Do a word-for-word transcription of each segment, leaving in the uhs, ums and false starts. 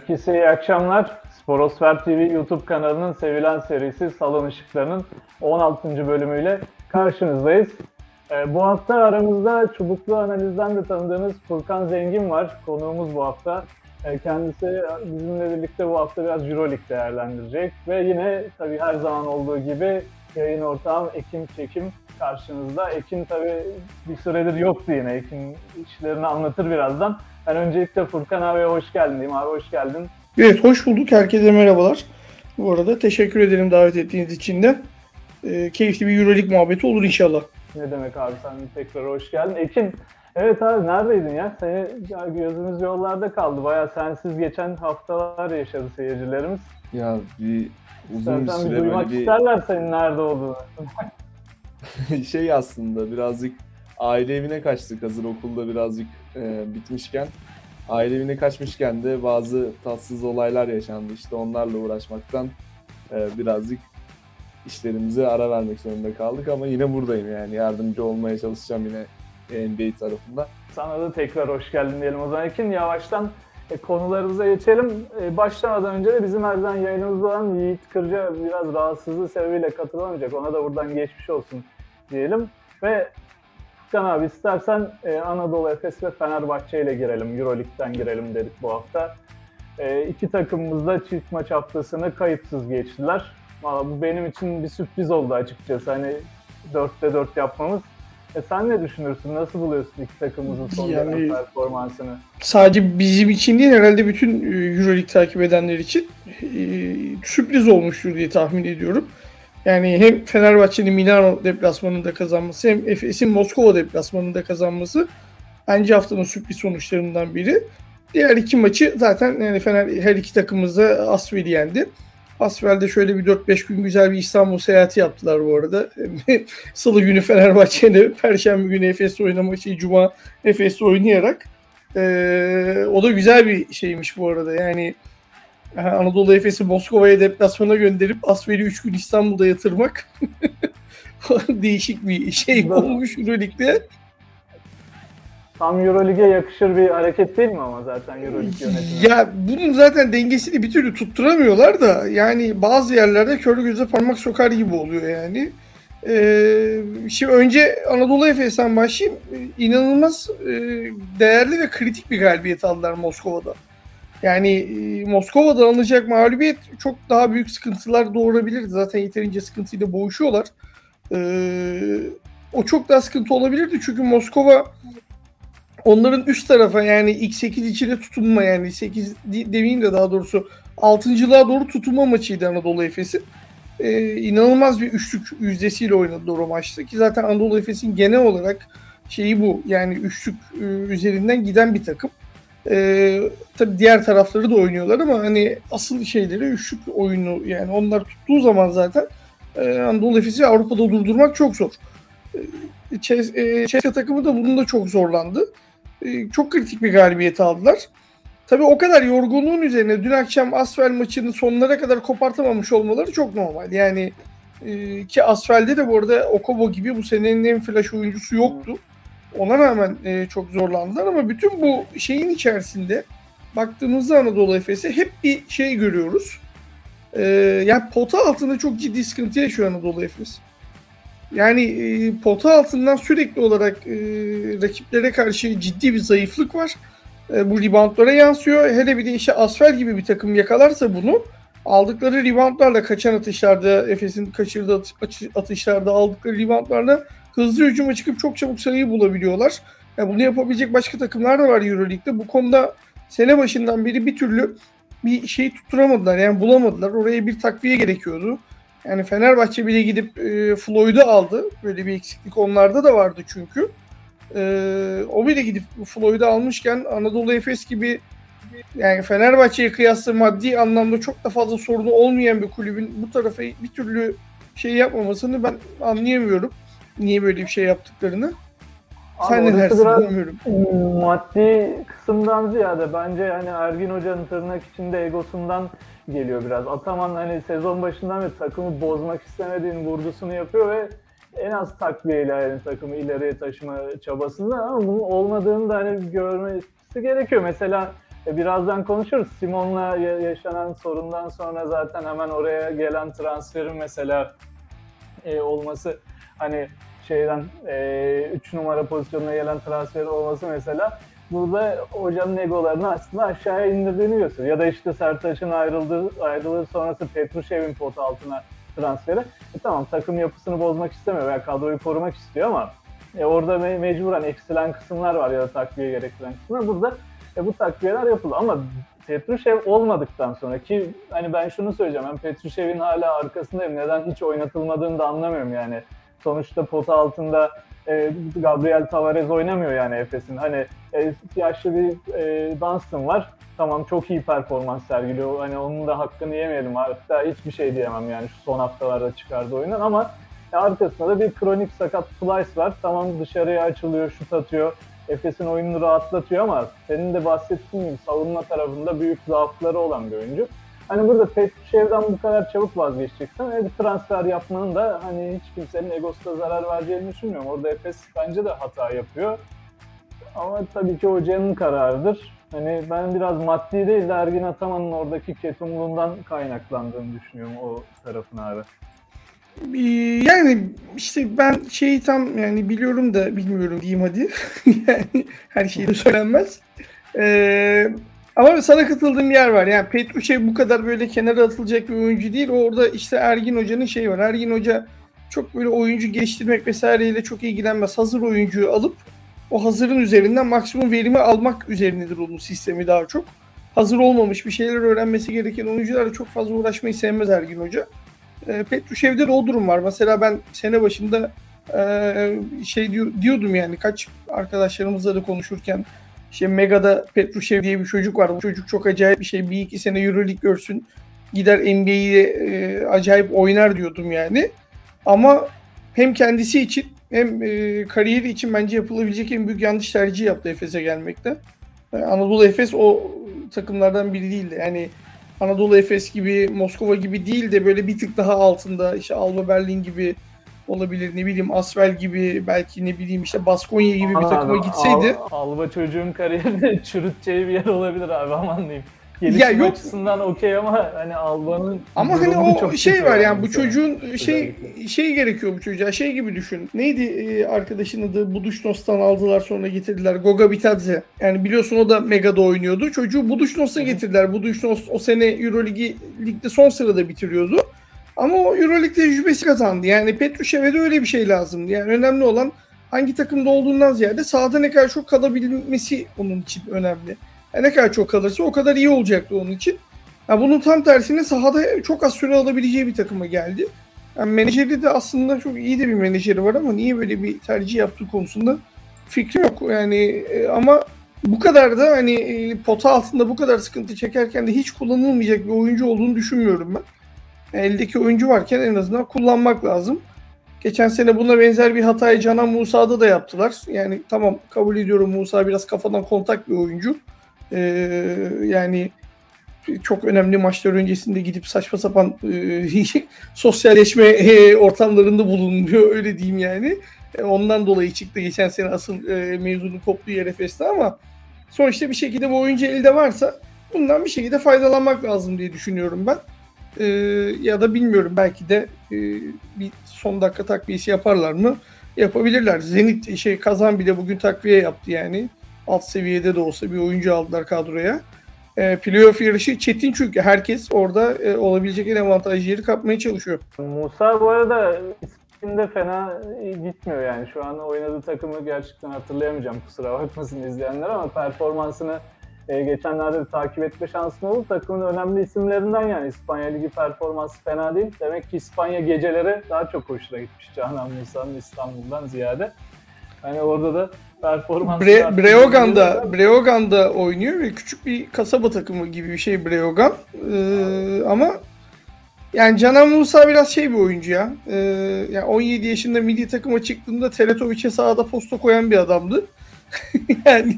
Herkese iyi akşamlar. Sporosfer T V YouTube kanalının sevilen serisi Salon Işıkları'nın on altıncı bölümüyle karşınızdayız. Ee, bu hafta aramızda çubuklu analizden de tanıdığınız Furkan Zengin var. Konuğumuz bu hafta. Ee, kendisi bizimle birlikte bu hafta biraz Euroleague değerlendirecek. Ve yine tabii her zaman olduğu gibi yayın ortağım Ekin Çekim karşınızda. Ekin tabii bir süredir yoktu yine. Ekin işlerini anlatır birazdan. Ben öncelikle Furkan abiye hoş geldin diyeyim. Abi hoş geldin. Evet, hoş bulduk. Herkese merhabalar. Bu arada teşekkür ederim davet ettiğiniz için de. E, keyifli bir Euroleague muhabbeti olur inşallah. Ne demek abi, sen tekrar hoş geldin. Ekin, evet abi neredeydin ya? Seni ya, gözümüz yollarda kaldı. Bayağı sensiz geçen haftalar yaşadı seyircilerimiz. Ya bir uzun bir Zaten süre bir duymak böyle bir isterler senin nerede olduğunu. şey aslında birazcık aile evine kaçtık hazır okulda birazcık e, bitmişken. Aile evine kaçmışken de bazı tatsız olaylar yaşandı. İşte onlarla uğraşmaktan e, birazcık işlerimize ara vermek zorunda kaldık ama yine buradayım yani yardımcı olmaya çalışacağım yine N B A tarafında. Sana da tekrar hoş geldin diyelim o zaman Ekin. Yavaştan e, konularımıza geçelim. E, başlamadan önce de bizim her zaman yayınımızda olan Yiğit Kırca biraz rahatsızlığı sebebiyle katılamayacak. Ona da buradan geçmiş olsun diyelim. Ve Furkan abi istersen e, Anadolu Efes ve Fenerbahçe ile girelim. Euroleague'den girelim dedik bu hafta. E, iki takımımız da çift maç haftasını kayıpsız geçtiler. Valla bu benim için bir sürpriz oldu açıkçası. Hani dörtte dört yapmamız. E sen ne düşünürsün? Nasıl buluyorsun iki takımımızın son Yani- dönem performansını? Sadece bizim için değil, herhalde bütün e, Euroleague takip edenler için e, sürpriz olmuştur diye tahmin ediyorum. Yani hem Fenerbahçe'nin Milano deplasmanında kazanması hem Efes'in Moskova deplasmanında kazanması bence haftanın sürpriz sonuçlarından biri. Diğer iki maçı zaten yani Fener her iki takımımız da Asvel'i yendi. Asvel'de şöyle bir dört beş gün güzel bir İstanbul seyahati yaptılar bu arada. Salı günü Fenerbahçe'de, Perşembe günü Efes'le oynama şey, Cuma Efes'le oynayarak. Ee, o da güzel bir şeymiş bu arada. Yani Anadolu Efes'i Moskova'ya deplasmana gönderip Asvel'i üç gün İstanbul'da yatırmak değişik bir şey Bu- olmuş Euroleague'de. Tam Euroleague'e yakışır bir hareket değil mi ama zaten Euroleague yönetimi? Ya bunun zaten dengesini bir türlü tutturamıyorlar da yani bazı yerlerde kör göze parmak sokar gibi oluyor yani. Ee, şimdi önce Anadolu Efes'ten başlayayım. Ee, İnanılmaz e, değerli ve kritik bir galibiyet aldılar Moskova'da. Yani e, Moskova'da alınacak mağlubiyet çok daha büyük sıkıntılar doğurabilirdi. Zaten yeterince sıkıntıyla boğuşuyorlar. Ee, o çok daha sıkıntı olabilirdi çünkü Moskova onların üst tarafa yani ilk sekiz içine tutunma yani sekiz demeyeyim de daha doğrusu altıncılığa doğru tutunma maçıydı Anadolu Efes'in. Ee, inanılmaz bir üçlük yüzdesiyle oynadılar o maçta ki zaten Anadolu Efes'in genel olarak şeyi bu yani üçlük e, üzerinden giden bir takım. Ee, tabii diğer tarafları da oynuyorlar ama hani asıl şeyleri üçlük oyunu yani onlar tuttuğu zaman zaten e, Anadolu Efes'i Avrupa'da durdurmak çok zor. Ceska takımı da bunun da çok zorlandı. Çok kritik bir galibiyet aldılar. Tabii o kadar yorgunluğun üzerine dün akşam Asvel maçını sonlara kadar kopartamamış olmaları çok normal. Yani ki Asvel'de de bu arada Okobo gibi bu senenin en flash oyuncusu yoktu. Ona rağmen çok zorlandılar ama bütün bu şeyin içerisinde baktığımızda Anadolu Efes'e hep bir şey görüyoruz. Yani pota altında çok ciddi sıkıntı yaşıyor Anadolu Efes. Yani e, pota altından sürekli olarak e, rakiplere karşı ciddi bir zayıflık var. E, bu reboundlara yansıyor. Hele bir de işte Asvel gibi bir takım yakalarsa bunu aldıkları reboundlarla kaçan atışlarda, Efes'in kaçırdığı atış, atışlarda aldıkları reboundlarla hızlı hücuma çıkıp çok çabuk sayıyı bulabiliyorlar. Yani bunu yapabilecek başka takımlar da var Euroleague'de. Bu konuda sene başından beri bir türlü bir şey tutturamadılar. Yani bulamadılar. Oraya bir takviye gerekiyordu. Yani Fenerbahçe bile gidip e, Floyd'u aldı. Böyle bir eksiklik onlarda da vardı çünkü. E, o bile gidip Floyd'u almışken Anadolu Efes gibi yani Fenerbahçe'ye kıyasla maddi anlamda çok da fazla sorunu olmayan bir kulübün bu tarafa bir türlü şey yapmamasını ben anlayamıyorum. Niye böyle bir şey yaptıklarını. Abi Sen ne orası dersin biraz bilmiyorum. maddi kısımdan ziyade bence hani Ergin Hoca'nın tırnak içinde egosundan geliyor biraz. Ataman hani sezon başından beri takımı bozmak istemediğini vurgusunu yapıyor ve en az takviyeyle yani takımı ileriye taşıma çabasında ama bunun olmadığını da hani görmesi gerekiyor. Mesela E, birazdan konuşuruz. Simon'la ya- yaşanan sorundan sonra zaten hemen oraya gelen transferin mesela e, olması, hani şeyden üç numara pozisyonuna gelen transferin olması mesela burada hocanın egolarını aslında aşağıya indirdiğini gösteriyor. Ya da işte Sertaç'ın ayrıldığı ayrılığı sonrası Petrušev'in pot altına transferi. E tamam, takım yapısını bozmak istemiyor veya kadroyu korumak istiyor ama e, orada me- mecburen eksilen kısımlar var ya da takviye gerektiren kısımlar. Burada e, bu takviyeler yapıldı ama Petrušev olmadıktan sonra, ki hani ben şunu söyleyeceğim, ben Petrušev'in hala arkasındayım. Neden hiç oynatılmadığını da anlamıyorum yani. Sonuçta pota altında e, Gabriel Tavares oynamıyor yani Efes'in. Hani e, yaşlı bir e, Dunstan var. Tamam, çok iyi performans sergiliyor. Hani onun da hakkını yemeyelim. Hatta hiçbir şey diyemem yani şu son haftalarda çıkardığı oyundan ama e, arkasında da bir kronik sakat Plyce var. Tamam, dışarıya açılıyor, şut atıyor. Efes'in oyununu rahatlatıyor ama senin de bahsettiğin gibi savunma tarafında büyük zaafları olan bir oyuncu. Hani burada Petrušev'den bu kadar çabuk vazgeçeceksen e, bir transfer yapmanın da hani hiç kimsenin egosuna zarar vereceğini düşünmüyorum. Orada Efes bence de hata yapıyor. Ama tabii ki hocanın kararıdır. Hani ben biraz maddi değil de Ergin Ataman'ın oradaki ketumluğundan kaynaklandığını düşünüyorum o tarafın abi. Ee, Yani işte ben şeyi tam yani biliyorum da bilmiyorum diyeyim hadi. Yani her şey de söylenmez. Ee, Ama sana katıldığım bir yer var. Yani Petrušev bu kadar böyle kenara atılacak bir oyuncu değil. Orada işte Ergin Hoca'nın şeyi var. Ergin Hoca çok böyle oyuncu geliştirmek vesaireyle çok ilgilenmez. Hazır oyuncuyu alıp o hazırın üzerinden maksimum verimi almak üzerinedir onun sistemi daha çok. Hazır olmamış bir şeyler öğrenmesi gereken oyuncularla çok fazla uğraşmayı sevmez Ergin Hoca. E, Petrušev'de de o durum var. Mesela ben sene başında e, şey diyor, diyordum yani kaç arkadaşlarımızla da konuşurken işte Mega'da Petrušev diye bir çocuk var. Bu çocuk çok acayip bir şey. Bir iki sene Euroleague görsün. Gider N B A'de e, acayip oynar diyordum yani. Ama hem kendisi için hem e, kariyeri için bence yapılabilecek en büyük yanlış tercih yaptı Efes'e gelmekte. E, Anadolu Efes o takımlardan biri değildi. Yani Anadolu Efes gibi, Moskova gibi değil de böyle bir tık daha altında işte Alba Berlin gibi olabilir, ne bileyim Asvel gibi, belki ne bileyim işte Baskonya gibi bir takıma Abi, gitseydi. Al- Alba çocuğun kariyerini çürüteceği bir yer olabilir abi, aman diyeyim. Gelişim Ya yok açısından okey ama hani Alba'nın ama hani durumu o çok şey kötü var yani bu bu sene. çocuğun şey Özellikle. şey gerekiyor bu çocuğa. Şey gibi düşün. Neydi e, arkadaşın adı? Budućnos'tan aldılar sonra getirdiler. Goga Bitadze. Yani biliyorsun o da Mega'da oynuyordu. Çocuğu Budućnos'a getirdiler. Budućnos o sene Euroligi ligde son sırada bitiriyordu. Ama o Euroleague tecrübesi kazandı. Yani Petrušev'e de öyle bir şey lazımdı. Yani önemli olan hangi takımda olduğundan ziyade sahada ne kadar çok kalabilmesi onun için önemli. Yani ne kadar çok kalırsa o kadar iyi olacaktı onun için. Ya bunun tam tersine sahada çok az süre alabileceği bir takıma geldi. Yani menajeri de aslında çok iyi de bir menajeri var ama niye böyle bir tercih yaptığı konusunda fikrim yok. Yani e, ama bu kadar da hani e, pota altında bu kadar sıkıntı çekerken de hiç kullanılmayacak bir oyuncu olduğunu düşünmüyorum ben. Eldeki oyuncu varken en azından kullanmak lazım. Geçen sene buna benzer bir hatayı Canan Musa'da da yaptılar. Yani tamam, kabul ediyorum, Musa biraz kafadan kontak bir oyuncu. Ee, yani çok önemli maçlar öncesinde gidip saçma sapan e, sosyalleşme e, ortamlarında bulunuyor, öyle diyeyim yani. E, ondan dolayı çıktı geçen sene asıl e, mevzunun koptuğu yer Efes'te ama sonuçta bir şekilde bu oyuncu elde varsa bundan bir şekilde faydalanmak lazım diye düşünüyorum ben. E, Ya da bilmiyorum, belki de e, bir son dakika takviyesi yaparlar mı? Yapabilirler. Zenit şey Kazan bile bugün takviye yaptı yani. Alt seviyede de olsa bir oyuncu aldılar kadroya. E, playoff yarışı çetin çünkü herkes orada e, olabilecek en avantajlı yeri kapmaya çalışıyor. Musa bu arada isminde fena gitmiyor yani. Şu an oynadığı takımı gerçekten hatırlayamayacağım, kusura bakmasın izleyenler, ama performansını e, geçenlerde de takip etme şansım oldu. Takımın önemli isimlerinden yani. İspanya Ligi performansı fena değil. Demek ki İspanya geceleri daha çok hoşuna gitmiş Canan Musa'nın İstanbul'dan ziyade. Hani orada da performans... Bre Breogan'da, Breogan'da oynuyor ve küçük bir kasaba takımı gibi bir şey Breogan. Ee, ama yani Canan Musa biraz şey bir oyuncu ya. Ee, yani on yedi yaşında milli takıma çıktığında Teletovic'e sahada posta koyan bir adamdı. Yani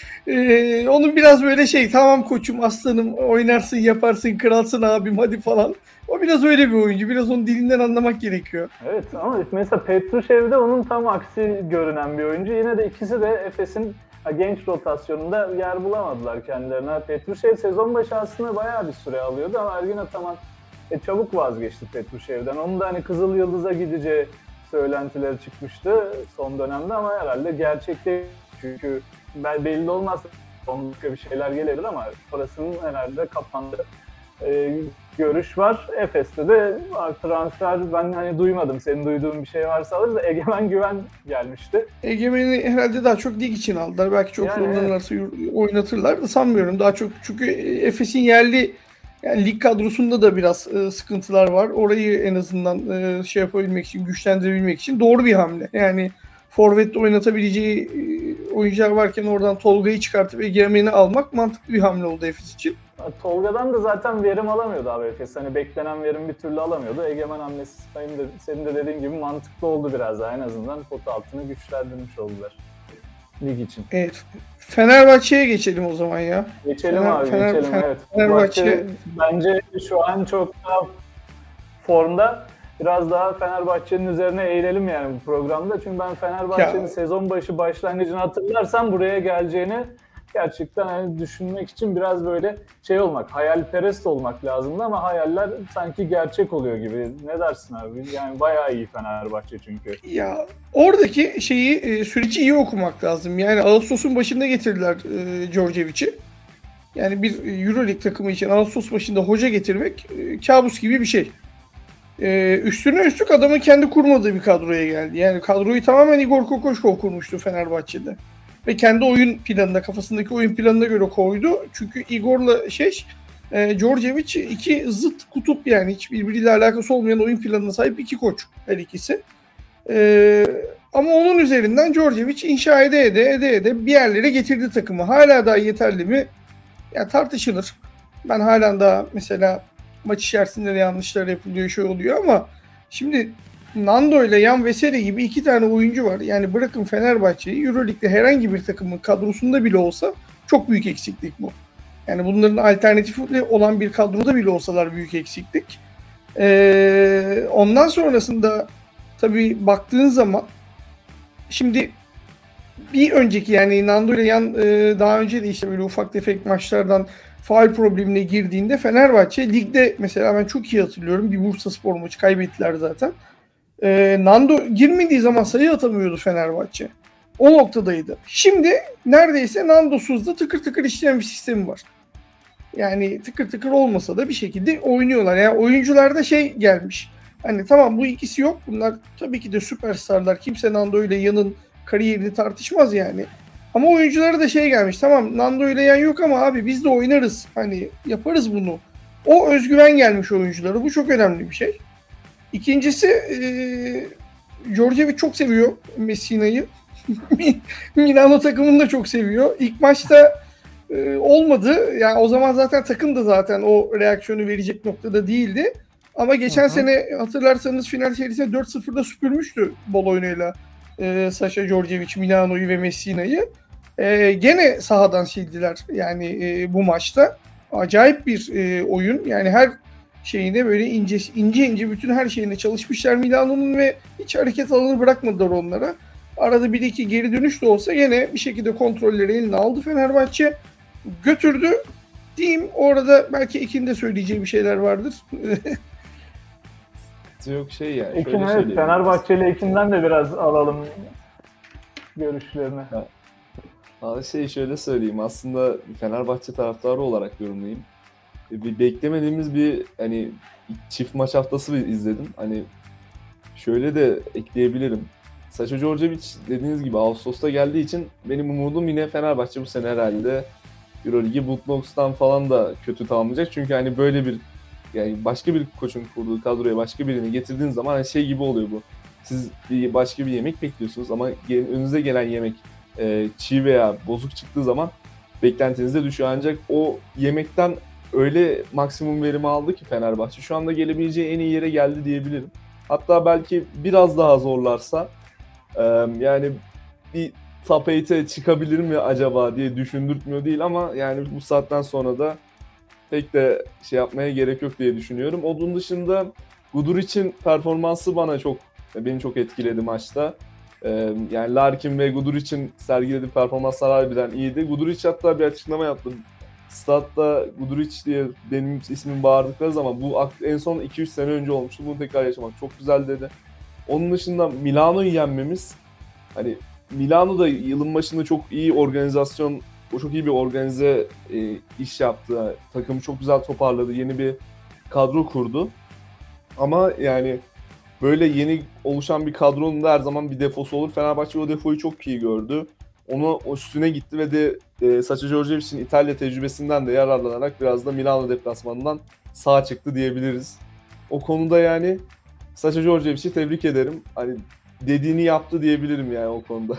e, onun biraz böyle şey, tamam koçum aslanım oynarsın yaparsın kralsın abim hadi falan. O biraz öyle bir oyuncu. Biraz onun dilinden anlamak gerekiyor. Evet ama mesela Petrušev de onun tam aksi görünen bir oyuncu. Yine de ikisi de Efes'in Ha, genç rotasyonunda yer bulamadılar kendilerine. Petrushev sezon başı aslında bayağı bir süre alıyordu ama Ergin Ataman e, çabuk vazgeçti Petrushev'den. Onun da hani Kızıl Yıldız'a gideceği söylentileri çıkmıştı son dönemde ama herhalde gerçekte, çünkü belli olmaz, son dakika bir şeyler gelebilir ama orasının herhalde kapandı. Ee, görüş var. Efes'te de transfer ben hani duymadım. Senin duyduğun bir şey varsa alırız da Egemen Güven gelmişti. Egemen'i herhalde daha çok lig için aldılar. Belki çok Yani zorlanırlarsa oynatırlar da sanmıyorum. Daha çok çünkü Efes'in yerli yani lig kadrosunda da biraz e, sıkıntılar var. Orayı en azından e, şey yapabilmek için, güçlendirebilmek için doğru bir hamle. Yani forvette oynatabileceği e, oyuncular varken oradan Tolga'yı çıkartıp Egemen'i almak mantıklı bir hamle oldu Efes için. Tolga'dan da zaten verim alamıyordu abi Efes. Hani beklenen verim bir türlü alamıyordu. Egemen hamlesi senin de, senin de dediğin gibi mantıklı oldu biraz daha. En azından pot altını güçlendirmiş oldular lig için. Evet. Fenerbahçe'ye geçelim o zaman ya. Geçelim Fener, abi Fener, geçelim Fener, evet. Fenerbahçe Fenerbahçe bence şu an çok daha formda. Biraz daha Fenerbahçe'nin üzerine eğilelim yani bu programda. Çünkü ben Fenerbahçe'nin ya, sezon başı başlangıcını hatırlarsam buraya geleceğini gerçekten hani düşünmek için biraz böyle şey olmak, hayalperest olmak lazımdı ama hayaller sanki gerçek oluyor gibi. Ne dersin abi? Yani bayağı iyi Fenerbahçe çünkü. ya oradaki şeyi e, süreci iyi okumak lazım. Yani Ağustos'un başında getirdiler e, Djordjevic'i. Yani bir Euroleague takımı için Ağustos başında hoca getirmek e, kabus gibi bir şey. E, üstüne üstlük adamın kendi kurmadığı bir kadroya geldi. Yani kadroyu tamamen Igor Kokoşkov kurmuştu Fenerbahçe'de. Ve kendi oyun planına, kafasındaki oyun planına göre koydu. Çünkü Igor'la şey, e, Djordjevic iki zıt kutup yani hiç birbiriyle alakası olmayan oyun planına sahip iki koç her ikisi. E, ama onun üzerinden Djordjevic inşa ede ede ede ede bir yerlere getirdi takımı. Hala daha yeterli mi? Ya tartışılır. Ben halen daha mesela maç içerisinde de yanlışlar yapılıyor, şey oluyor ama şimdi Nando ile Yan Veseli gibi iki tane oyuncu var. Yani bırakın Fenerbahçe'yi, Euroleague'de herhangi bir takımın kadrosunda bile olsa çok büyük eksiklik bu. Yani bunların alternatifi olan bir kadroda bile olsalar büyük eksiklik. Ee, ondan sonrasında tabii baktığın zaman şimdi bir önceki yani Nando ile Yan e, daha önce de işte böyle ufak tefek maçlardan faul problemine girdiğinde Fenerbahçe ligde mesela ben çok iyi hatırlıyorum. Bir Bursaspor maçı kaybettiler zaten. E, Nando girmediği zaman sayı atamıyordu Fenerbahçe. O noktadaydı. Şimdi neredeyse Nando'suz da tıkır tıkır işleyen bir sistemi var. Yani tıkır tıkır olmasa da bir şekilde oynuyorlar. Yani oyuncularda şey gelmiş. Hani tamam bu ikisi yok. Bunlar tabii ki de süperstarlar. Kimse Nando ile Yan'ın kariyerini tartışmaz yani. Ama oyunculara da şey gelmiş. Tamam Nando ile Yan yok ama abi biz de oynarız. Hani yaparız bunu. O özgüven gelmiş oyunculara. Bu çok önemli bir şey. İkincisi ee, Djordjevic çok seviyor Messina'yı. Milano takımını da çok seviyor. İlk maçta e, olmadı. Yani o zaman zaten takım da zaten o reaksiyonu verecek noktada değildi. Ama geçen hı hı. sene hatırlarsanız final serisinde dört sıfırda süpürmüştü Bologna e, Sasha Djordjevic, Milano'yu ve Messina'yı. E, gene sahadan sildiler yani e, bu maçta. Acayip bir e, oyun. Yani her şeyine böyle ince ince ince bütün her şeyine çalışmışlar Milano'nun ve hiç hareket alanı bırakmadılar onlara. Arada bir iki geri dönüş de olsa gene bir şekilde kontrolleri eline aldı Fenerbahçe. Götürdü diyeyim. Orada belki Ekin de söyleyeceği bir şeyler vardır. Yok şey yani. Ekin evet Fenerbahçeli Ekin'den de biraz alalım görüşlerini. Ha, şey şöyle söyleyeyim aslında Fenerbahçe taraftarı olarak yorumlayayım. Bir beklemediğimiz bir hani çift maç haftası izledim. Hani şöyle de ekleyebilirim. Sasha Djordjevic dediğiniz gibi Ağustos'ta geldiği için benim umudum yine Fenerbahçe bu sene herhalde Euroligi Bulldogs'tan falan da kötü tamamlayacak. Çünkü hani böyle bir yani başka bir koçun kurduğu kadroya başka birini getirdiğiniz zaman hani şey gibi oluyor bu. Siz bir başka bir yemek bekliyorsunuz ama önünüze gelen yemek e, çiğ veya bozuk çıktığı zaman beklentiniz de düşüyor. Ancak o yemekten öyle maksimum verimi aldı ki Fenerbahçe. Şu anda gelebileceği en iyi yere geldi diyebilirim. Hatta belki biraz daha zorlarsa e, yani bir top sekize çıkabilir mi acaba diye düşündürtmüyor değil ama yani bu saatten sonra da pek de şey yapmaya gerek yok diye düşünüyorum. Onun dışında Guduric'in performansı bana çok beni çok etkiledi maçta. Ee, yani Larkin ve Guduric'in sergilediği performanslar harbiden iyiydi. Guduric hatta bir açıklama yaptı. Statta Guduric diye benim ismimi bağırdıkları zaman bu en son iki üç sene önce olmuştu. Bunu tekrar yaşamak çok güzel dedi. Onun dışında Milano'yu yenmemiz, hani Milano'da yılın başında çok iyi organizasyon, o çok iyi bir organize e, iş yaptı. Takımı çok güzel toparladı. Yeni bir kadro kurdu. Ama yani böyle yeni oluşan bir kadronun da her zaman bir defosu olur. Fenerbahçe o defoyu çok iyi gördü. Onu üstüne gitti ve de e, Sacha Djordjevic'in İtalya tecrübesinden de yararlanarak biraz da Milano deplasmanından sağ çıktı diyebiliriz. O konuda yani Sacha Djordjevic'i tebrik ederim. Hani dediğini yaptı diyebilirim yani o konuda.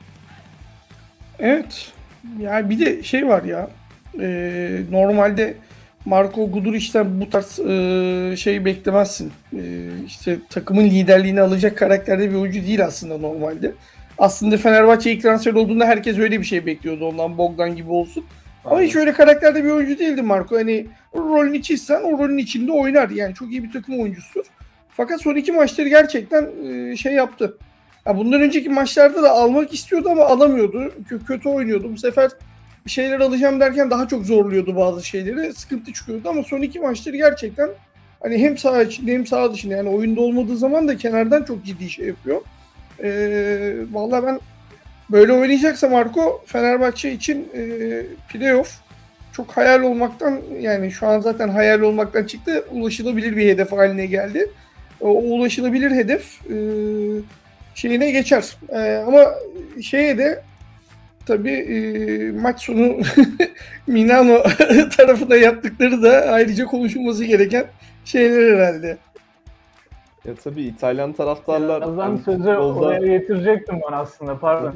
Evet. Yani bir de şey var ya. E, normalde Marko Guduric'ten bu tarz e, şey beklemezsin. E, işte takımın liderliğini alacak karakterde bir oyuncu değil aslında normalde. Aslında Fenerbahçe ilk transfer olduğunda herkes öyle bir şey bekliyordu ondan, Bogdan gibi olsun. Ama Aynen. hiç öyle karakterde bir oyuncu değildi Marco. Hani o rolünü çizsen o rolün içinde oynar. Yani çok iyi bir takım oyuncusudur. Fakat son iki maçları gerçekten e, şey yaptı. Ya bundan önceki maçlarda da almak istiyordu ama alamıyordu. Kö- kötü oynuyordu. Bu sefer bir şeyler alacağım derken daha çok zorluyordu bazı şeyleri. Sıkıntı çıkıyordu ama son iki maçları gerçekten hani hem saha içinde hem saha dışında, yani oyunda olmadığı zaman da kenardan çok ciddi şey yapıyor. Ee, vallahi ben böyle oynayacaksa Marco, Fenerbahçe için e, playoff çok hayal olmaktan, yani şu an zaten hayal olmaktan çıktı, ulaşılabilir bir hedef haline geldi. O, o ulaşılabilir hedef e, şeyine geçer. E, ama şeye de tabii e, maç sonu Milano tarafında yaptıkları da ayrıca konuşulması gereken şeyler herhalde. Ya tabii İtalyan taraftarlar Birazdan hani sözü futbolda... oraya getirecektim ben aslında, pardon.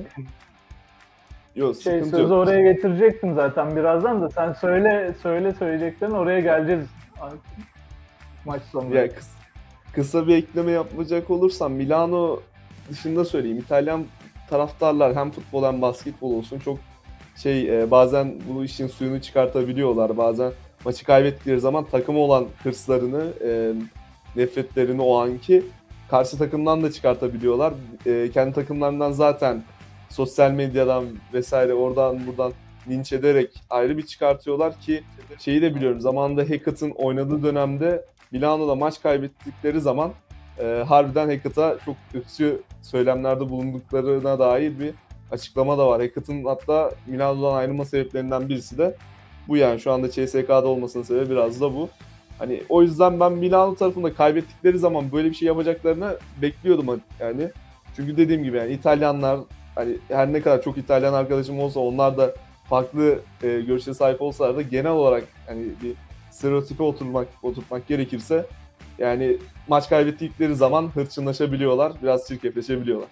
Yok, Şey, sıkıntı sözü yok. oraya getirecektim zaten birazdan da, sen söyle söyle söyleyeceklerini, oraya geleceğiz maç sonunda. Ya kıs- kısa bir ekleme yapacak olursam Milano dışında söyleyeyim. İtalyan taraftarlar hem futbol hem basketbol olsun çok şey e, bazen bu işin suyunu çıkartabiliyorlar. Bazen maçı kaybettikleri zaman takıma olan hırslarını, e, nefretlerini o anki karşı takımdan da çıkartabiliyorlar. E, kendi takımlarından zaten sosyal medyadan vesaire oradan buradan linç ederek ayrı bir çıkartıyorlar ki şeyi de biliyorum, zamanında Hackett'ın oynadığı dönemde Milano'da maç kaybettikleri zaman e, harbiden Hackett'a çok ırkçı söylemlerde bulunduklarına dair bir açıklama da var. Hackett'ın hatta Milano'dan ayrılma sebeplerinden birisi de bu yani. Şu anda C S K'da olmasının sebebi biraz da bu. Hani o yüzden ben Milano tarafında kaybettikleri zaman böyle bir şey yapacaklarını bekliyordum yani. Çünkü dediğim gibi yani İtalyanlar, hani her ne kadar çok İtalyan arkadaşım olsa onlar da farklı e, görüşe sahip olsalar da genel olarak hani bir stereotipe oturmak oturtmak gerekirse yani maç kaybettikleri zaman hırçınlaşabiliyorlar, biraz çirkefleşebiliyorlar.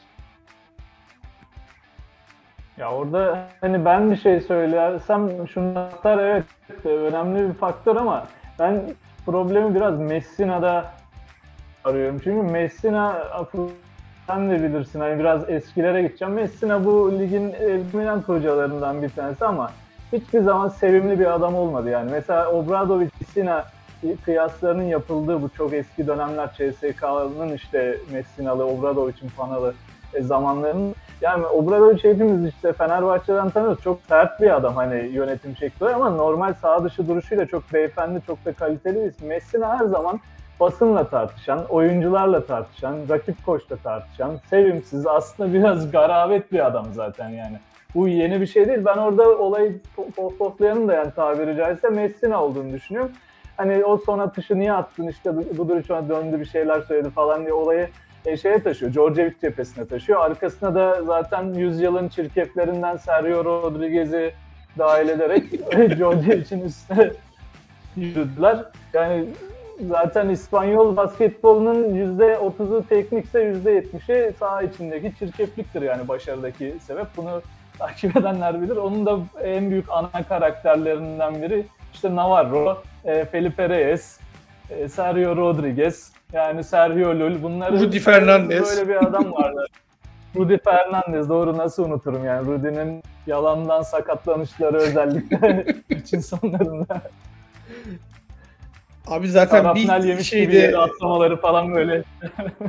Ya orada hani ben bir şey söylersem şunlar, evet önemli bir faktör ama ben problemi biraz Messina'da arıyorum. Çünkü Messina, sen de bilirsin, hani biraz eskilere gideceğim. Messina bu ligin dominant hocalarından bir tanesi ama hiçbir zaman sevimli bir adam olmadı yani. Mesela Obradovic, Messina kıyaslarının yapıldığı bu çok eski dönemler, C S K'nın işte Messina'lı, Obradovic'in Panalı zamanlarının, yani Obradovic hepimiz işte Fenerbahçe'den tanıyoruz. Çok sert bir adam hani yönetim şekli ama normal saha dışı duruşuyla çok beyefendi, çok da kaliteli bir isim. Messina her zaman basınla tartışan, oyuncularla tartışan, rakip koçla tartışan, sevimsiz, aslında biraz garabet bir adam zaten yani. Bu yeni bir şey değil. Ben orada olayı pohpohlayanın da yani tabiri caizse Messina olduğunu düşünüyorum. Hani o son atışı niye attın, işte Guduric ona döndü bir şeyler söyledi falan diye olayı e, şeye taşıyor. Djordjevic cephesine taşıyor. Arkasına da zaten yüzyılın çirkeflerinden Sergio Rodriguez'i dahil ederek Djordjevic'in üstüne yürüdüler. Yani zaten İspanyol basketbolunun yüzde otuzu teknikse yüzde yetmişi saha içindeki çirkefliktir yani başarıdaki sebep. Bunu takip edenler bilir. Onun da en büyük ana karakterlerinden biri işte Navarro, e, Felipe Reyes, e, Sergio Rodriguez, yani Sergio Llull, bunları Rudy Fernandez. böyle bir adam vardı. Rudy Fernandez, doğru, nasıl unuturum yani Rudy'nin yalandan sakatlanışları özellikle için sonlarında. Abi zaten Arapnel bir yemiş gibi şeyde yere atlamaları falan böyle.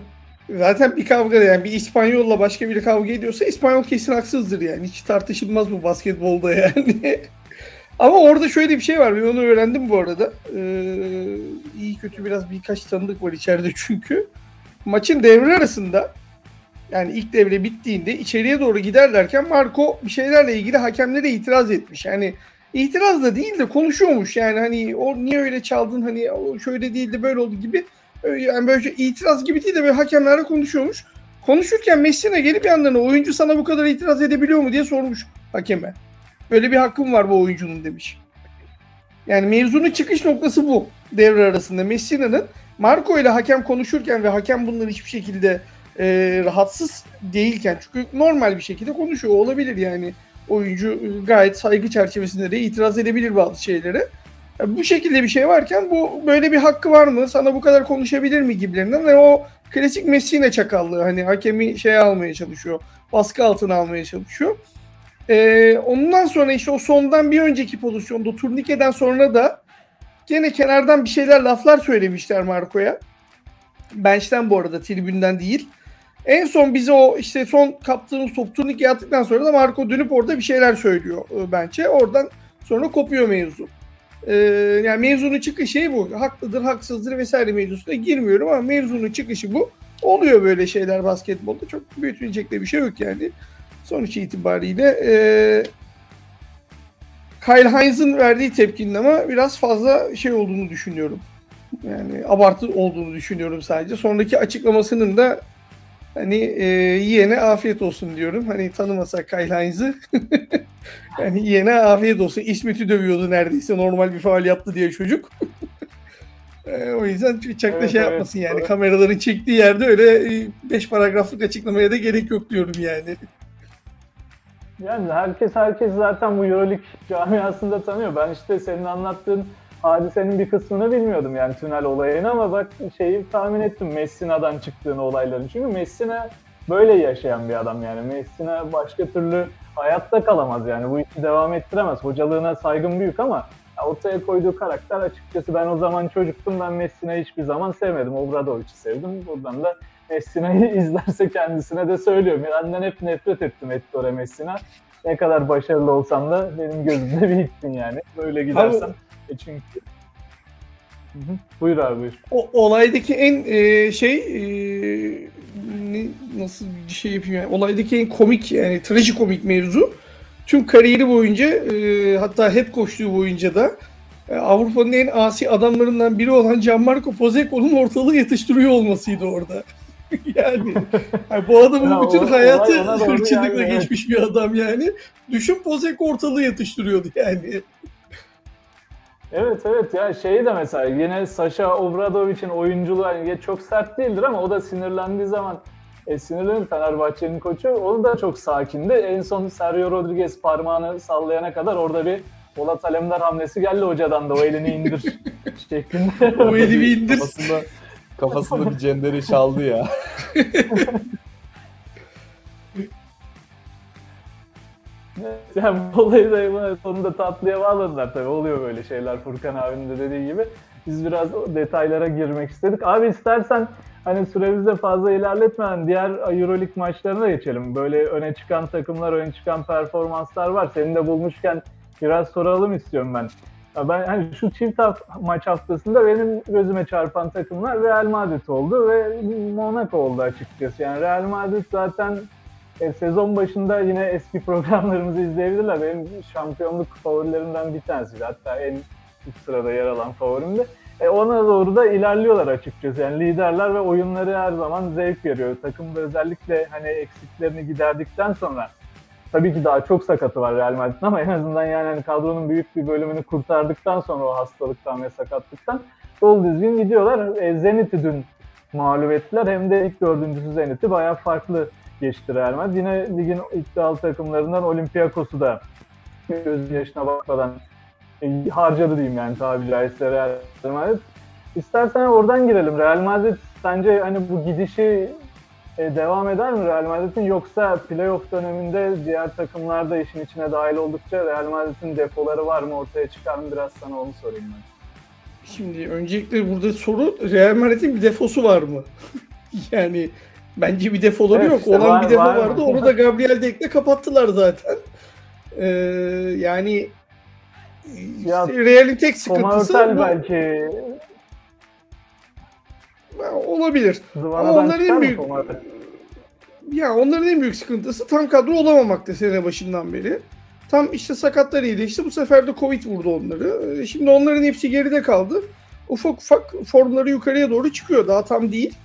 Zaten bir kavga, yani bir İspanyolla başka biri kavga ediyorsa İspanyol kesin haksızdır yani. Hiç tartışılmaz bu basketbolda yani. Ama orada şöyle bir şey var. Ben onu öğrendim bu arada. Ee, iyi kötü biraz birkaç tanıdık var içeride çünkü. Maçın devre arasında, yani ilk devre bittiğinde içeriye doğru giderlerken Marco bir şeylerle ilgili hakemlere itiraz etmiş. Yani itiraz da değil de konuşuyormuş. Yani hani o niye öyle çaldın, hani o şöyle değildi böyle oldu gibi. Yani böyle itiraz gibi değil de böyle hakemlerle konuşuyormuş. Konuşurken Messina gelip yanlarına oyuncu sana bu kadar itiraz edebiliyor mu diye sormuş hakeme. Böyle bir hakkım var bu oyuncunun demiş. Yani mevzunun çıkış noktası bu. Devre arasında Messina'nın Marco ile hakem konuşurken ve hakem bunları hiçbir şekilde e, rahatsız değilken, çünkü normal bir şekilde konuşuyor olabilir yani. Oyuncu gayet saygı çerçevesinde de itiraz edebilir bazı şeylere. Yani bu şekilde bir şey varken bu böyle bir hakkı var mı? Sana bu kadar konuşabilir mi gibilerinden ve o klasik Messina çakallığı, hani hakemi şeye almaya çalışıyor. Baskı altına almaya çalışıyor. Ee, ondan sonra işte o sondan bir önceki pozisyonda turnikeden sonra da gene kenardan bir şeyler, laflar söylemişler Marco'ya. Bench'ten bu arada, tribünden değil. En son bize o işte son kaptığımız top turnike attıktan sonra da Marco dönüp orada bir şeyler söylüyor bench'e. Oradan sonra kopuyor mevzu. Ee, yani mevzunun çıkışı şey bu. Haklıdır, haksızdır vesaire mevzusuna girmiyorum ama mevzunun çıkışı bu. Oluyor böyle şeyler basketbolda. Çok büyütülecek de bir şey yok yani. Sonuç itibariyle ee, Kyle Hines'ın verdiği tepkinin ama biraz fazla şey olduğunu düşünüyorum. Yani abartı olduğunu düşünüyorum sadece. Sonraki açıklamasının da hani e, yeğene afiyet olsun diyorum. Hani tanımasak Kyle Hines'ı yani yeğene afiyet olsun. İsmet'i dövüyordu neredeyse. Normal bir faul yaptı diye çocuk. e, o yüzden çok da Evet, şey evet, yapmasın yani. doğru. Kameraların çektiği yerde öyle beş paragraflık açıklamaya da gerek yok diyorum yani. Yani herkes herkes zaten bu Euroleague camiasında tanıyor. Ben işte senin anlattığın hadisenin bir kısmını bilmiyordum yani tünel olayını, ama bak şeyi tahmin ettim Messina'dan çıktığını, olayların. Çünkü Messina böyle yaşayan bir adam yani. Messina başka türlü hayatta kalamaz yani. Bu işi devam ettiremez. Hocalığına saygım büyük ama ortaya koyduğu karakter, açıkçası ben o zaman çocuktum. Ben Messina'yı hiçbir zaman sevmedim. Obradovic'i sevdim. Buradan da Messina'yı izlerse kendisine de söylüyorum. Benden hep nefret ettim Ettore Messina. Ne kadar başarılı olsam da benim gözümde bir hitsin yani. Böyle gidersem. E çünkü... Hı hı. Buyur abi buyur. O olaydaki en e, şey e, ne, nasıl bir şey yapayım yani, olaydaki en komik, yani trajikomik mevzu, tüm kariyeri boyunca e, hatta hep koştuğu boyunca da e, Avrupa'nın en asi adamlarından biri olan Gianmarco Pozzecco'nun ortalığı yatıştırıyor olmasıydı orada. yani, yani bu adamın Ya bütün o- hayatı olay ona doğru hırçınlıkla yani, evet. geçmiş bir adam yani. Düşün, Pozzecco ortalığı yatıştırıyordu yani. Evet evet ya, şeyi de mesela yine Sasha Obradovic'in oyunculuğu yani çok sert değildir ama o da sinirlendiği zaman e, sinirlenir, Fenerbahçe'nin koçu. O da çok sakindi. En son Sergio Rodriguez parmağını sallayana kadar orada bir Polat Alemdar hamlesi geldi hocadan da, o elini indir şeklinde. O eli bir indir. Kafasında, kafasında bir cenderi çaldı ya. Yani bu olayı da sonunda tatlıya bağladılar tabii. Oluyor böyle şeyler, Furkan abinin de dediği gibi. Biz biraz o detaylara girmek istedik. Abi istersen hani süremizi de fazla ilerletmeden diğer Euroleague maçlarına geçelim. Böyle öne çıkan takımlar, öne çıkan performanslar var. Seni de bulmuşken biraz soralım istiyorum ben. Ya ben hani şu çift haf- maç haftasında benim gözüme çarpan takımlar Real Madrid oldu ve Monaco oldu açıkçası. Yani Real Madrid zaten E, sezon başında yine eski programlarımızı izleyebilirler. Benim şampiyonluk favorilerimden bir tanesiydi. Hatta en üst sırada yer alan favorimdi. E, ona doğru da ilerliyorlar açıkçası. Yani liderler ve oyunları her zaman zevk veriyor. Takımda özellikle hani eksiklerini giderdikten sonra, tabii ki daha çok sakatı var Real Madrid'in ama en azından yani hani kadronun büyük bir bölümünü kurtardıktan sonra o hastalıktan ve sakatlıktan dolu düzgün gidiyorlar. E, Zenit'i dün mağlup ettiler. Hem de ilk dördüncüsü Zenit'i bayağı farklı geçti Real Madrid. Yine ligin iddialı takımlarından Olympiakos'u da göz yaşına bakmadan e, harcadı diyeyim yani tabiri caizse Real Madrid. İstersen oradan girelim. Real Madrid sence hani bu gidişi e, devam eder mi Real Madrid'in, yoksa playoff döneminde diğer takımlar da işin içine dahil oldukça Real Madrid'in defoları var mı, ortaya çıkar mı, biraz sana onu sorayım ben. Şimdi öncelikle burada soru, Real Madrid'in bir defosu var mı? yani Bence bir defoları Evet, yok. işte Olan var- bir defo var. vardı. Onu da Gabriel Dek'le kapattılar zaten. Ee, yani Ya, işte Real'in tek Toma sıkıntısı Hurtel bu. belki Olabilir. Ama zıvanadan onların çıkar en mı büyük Toma Hurtel? ya onların en büyük sıkıntısı tam kadro olamamakta sene başından beri. Tam işte sakatları iyileşti. Bu sefer de Covid vurdu onları. Ee, Şimdi onların hepsi geride kaldı. Ufak ufak formları yukarıya doğru çıkıyor. Daha tam değil.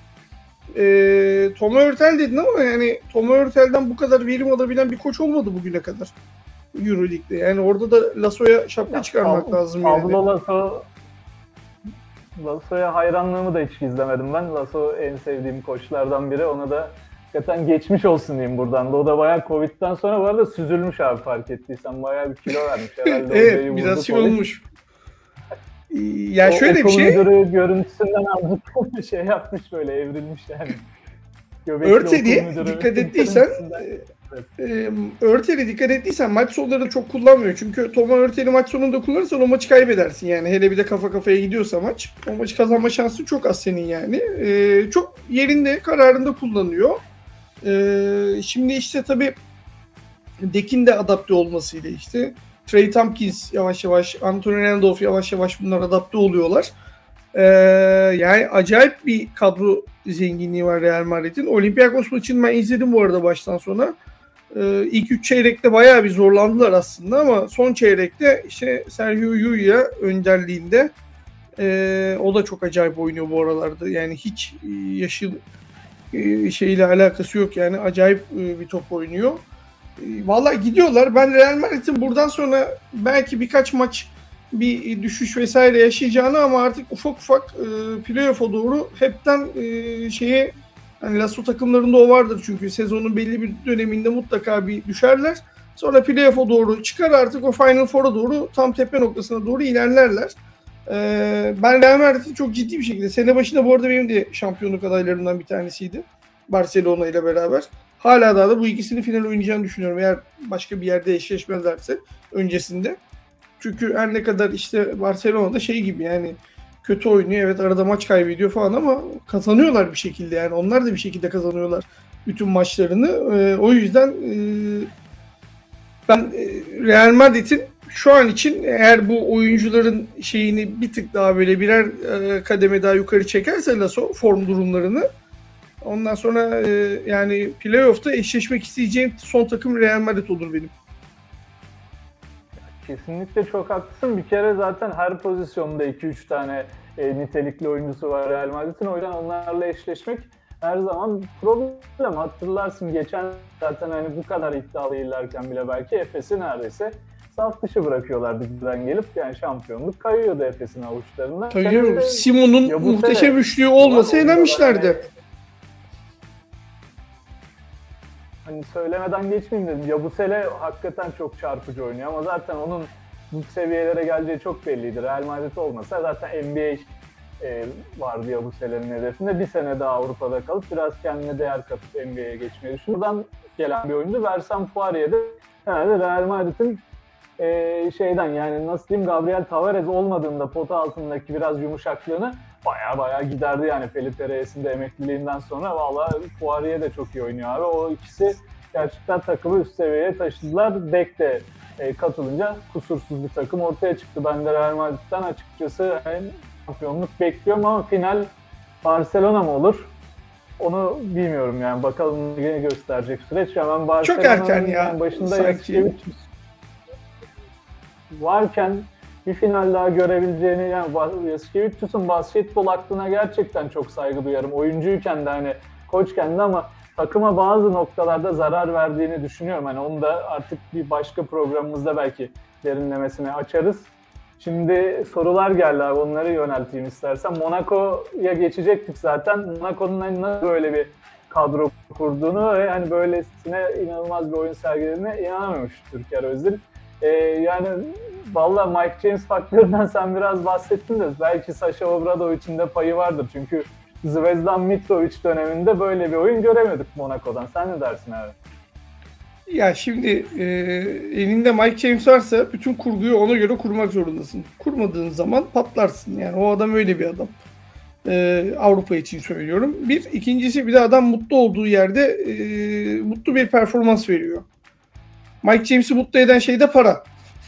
Ee, Toma Hurtel dedin ama yani Toma Hurtel'den bu kadar verim alabilen bir koç olmadı bugüne kadar. Euroleague'de. Yani orada da Lasso'ya şapka Ya, çıkarmak Pablo- lazım yani. Pablo Lasso Lasso'ya hayranlığımı da hiç gizlemedim ben. Lasso en sevdiğim koçlardan biri. Ona da hakikaten geçmiş olsun diyeyim buradan da. O da bayağı Covid'den sonra bu arada süzülmüş abi, fark ettiysen. Bayağı bir kilo vermiş herhalde. Evet, Hocayı biraz vurdu şey Covid. olmuş. Ee, Ya O şöyle bir okul şey. müdürü görüntüsünden azıcık bir şey yapmış, böyle evrilmiş yani. Göbekli Örteli okul müdürü dikkat ettiysen görüntüsünden. e, Örteli dikkat ettiysen maç sonları çok kullanmıyor. Çünkü Toma Örteli maç sonunda kullanırsan o maçı kaybedersin yani. Hele bir de kafa kafaya gidiyorsa maç. O maçı kazanma şansı çok az senin yani. E, çok yerinde, kararında kullanıyor. E, şimdi işte tabii Dek'in de adapte olmasıyla işte Trey Tompkins yavaş yavaş, Anthony Randolph yavaş yavaş bunlar adapte oluyorlar. Ee, yani acayip bir kadro zenginliği var Real Madrid'in. Olympiakos maçını ben izledim bu arada baştan sona. Ee, ilk üç çeyrekte bayağı bir zorlandılar aslında ama son çeyrekte işte Sergio Llull önderliğinde e, o da çok acayip oynuyor bu aralarda. Yani hiç e, yaşı e, şeyle alakası yok yani. Acayip e, bir top oynuyor. E, vallahi gidiyorlar. Ben Real Madrid'in buradan sonra belki birkaç maç bir düşüş vesaire yaşayacağını ama artık ufak ufak e, playoff'a doğru hepten e, şeye hani Lasso takımlarında o vardır çünkü sezonun belli bir döneminde mutlaka bir düşerler. Sonra playoff'a doğru çıkar artık o Final Four'a doğru tam tepe noktasına doğru ilerlerler. E, ben Real Madrid'i çok ciddi bir şekilde sene başında bu arada benim de şampiyonluk adaylarımdan bir tanesiydi. Barcelona ile beraber. Hala daha da bu ikisini final oynayacağını düşünüyorum eğer başka bir yerde eşleşmezlerse öncesinde. Çünkü her ne kadar işte Barcelona'da şey gibi yani kötü oynuyor, evet arada maç kaybediyor falan ama kazanıyorlar bir şekilde yani onlar da bir şekilde kazanıyorlar bütün maçlarını. Ee, o yüzden e, ben e, Real Madrid'in şu an için eğer bu oyuncuların şeyini bir tık daha böyle birer e, kademe daha yukarı çekerse Lasso form durumlarını ondan sonra e, yani playoff'ta eşleşmek isteyeceğim son takım Real Madrid olur benim. Kesinlikle çok haklısın. Bir kere zaten her pozisyonda iki üç tane e, nitelikli oyuncusu var Real Madrid'in. O yüzden onlarla eşleşmek her zaman problem. Hatırlarsın geçen zaten hani bu kadar iddialı değillerken bile belki Efes'i neredeyse saf dışı bırakıyorlardı bizden gelip. Yani şampiyonluk kayıyordu Efes'in avuçlarından. Tabii Simon'un Ya bu muhteşem sene- üçlüğü olmasa Var, elenmişlerdi. yani- Hani söylemeden geçmeyeyim dedim. Yabusele hakikaten çok çarpıcı oynuyor ama zaten onun bu seviyelere geleceği çok belliydi. Real Madrid olmasa zaten N B A e, vardı Yabusele'nin hedefinde. Bir sene daha Avrupa'da kalıp biraz kendine değer katıp N B A'ye geçmeyi düşünüyor. Buradan gelen bir oyuncu. Versam Poirier'de herhalde Real Madrid'in e, şeyden yani nasıl diyeyim Gabriel Tavares olmadığında pota altındaki biraz yumuşaklığını baya baya giderdi yani Felipe Reyes'in de emekliliğinden sonra. Valla Poirier de çok iyi oynuyor abi. O ikisi gerçekten takımı üst seviyeye taşıdılar. Dek de e, katılınca kusursuz bir takım ortaya çıktı. Ben de Real Madrid'den açıkçası yani şampiyonluk bekliyorum ama final Barcelona mı olur? Onu bilmiyorum yani. Bakalım ne gösterecek süreç. Hemen Çok erken Barcelona'nın ya, yani başında sanki. Yasikevicius varken bir final daha görebileceğini yani Yasikevicius'un basketbol aklına gerçekten çok saygı duyarım. Oyuncuyken de hani koçken de ama takıma bazı noktalarda zarar verdiğini düşünüyorum. Hani onu da artık bir başka programımızda belki derinlemesine açarız. Şimdi sorular geldi abi, onları yönelteyim istersen. Monaco'ya geçecektik zaten. Monaco'nun nasıl böyle bir kadro kurduğunu ve hani böylesine inanılmaz bir oyun sergilediğine inanamamış Türker Özdil. Ee, yani valla Mike James faktöründen sen biraz bahsettin de belki Sasha Obradovic'in de payı vardır. Çünkü Zvezdan Mitrovic döneminde böyle bir oyun göremedik Monaco'dan. Sen ne dersin abi? Ya şimdi e, elinde Mike James varsa bütün kurguyu ona göre kurmak zorundasın. Kurmadığın zaman patlarsın yani o adam öyle bir adam. Ee, Avrupa için söylüyorum. Bir. İkincisi bir de adam mutlu olduğu yerde e, mutlu bir performans veriyor. Mike James'i mutlu eden şey de para.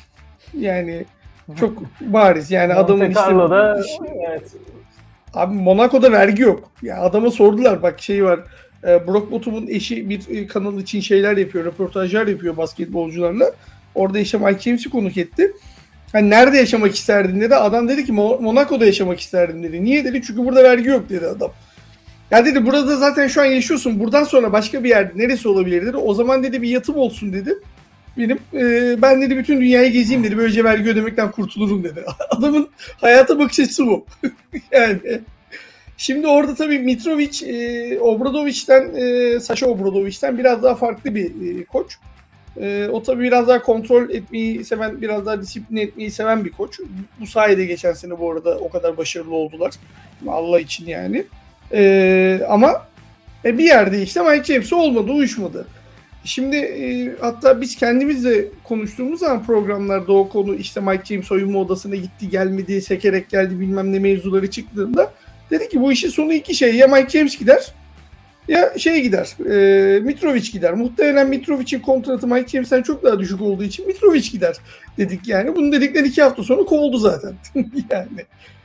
Yani çok bariz. Yani adamın Monte işte Carlo'da evet. abi Monaco'da vergi yok. Ya adama sordular bak şey var. E, Brock Bottom'un eşi bir e, kanal için şeyler yapıyor, röportajlar yapıyor basketbolcularla. Orada işte Mike James'i konuk etti. Hani nerede yaşamak isterdin dedi. Adam dedi ki Mo- Monaco'da yaşamak isterdim dedi. Niye dedi? Çünkü burada vergi yok dedi adam. Ya dedi burada zaten şu an yaşıyorsun. Buradan sonra başka bir yerde neresi olabilir dedi. O zaman dedi bir yatım olsun dedi. Benim e, ben dedi bütün dünyayı gezeyim dedi. Böylece vergi ödemekten kurtulurum dedi. Adamın hayata bakış açısı bu. Yani şimdi orada tabii Mitrovic, e, Obradovic'ten, e, Sasha Obradovic'ten biraz daha farklı bir e, koç. E, o tabii biraz daha kontrol etmeyi seven, biraz daha disiplin etmeyi seven bir koç. Bu sayede geçen sene bu arada o kadar başarılı oldular. Allah için yani. E, ama e, bir yerde işte Mike James'e olmadı, uyuşmadı. Şimdi e, hatta biz kendimiz de konuştuğumuz zaman programlarda o konu işte Mike James soyunma odasına gitti gelmedi, sekerek geldi bilmem ne mevzuları çıktığında dedi ki bu işin sonu iki şey. Ya Mike James gider ya şey gider. E, Mitrovic gider. Muhtemelen Mitrovic'in kontratı Mike James'ten çok daha düşük olduğu için Mitrovic gider dedik yani. Bunu dedikleri iki hafta sonra kovuldu zaten. yani.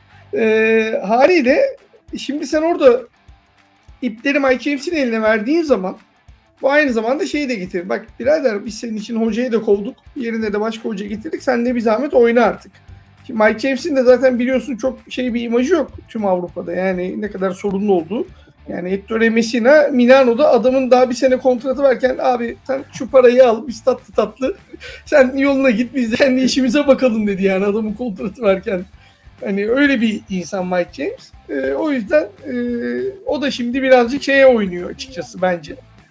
E, haliyle şimdi sen orada ipleri Mike James'in eline verdiğin zaman bu aynı zamanda şeyi de getirir. Bak birader biz senin için hocayı da kovduk. Yerine de başka hoca getirdik. Sen de bir zahmet oyna artık. Şimdi Mike James'in de zaten biliyorsun çok şey bir imajı yok tüm Avrupa'da. Yani ne kadar sorunlu olduğu. Yani Ettore Messina Milano'da adamın daha bir sene kontratı varken abi sen şu parayı al biz tatlı tatlı sen yoluna git biz de kendi işimize bakalım dedi yani adamın kontratı varken. Hani öyle bir insan Mike James. Ee, o yüzden e, o da şimdi birazcık şeye oynuyor açıkçası bence.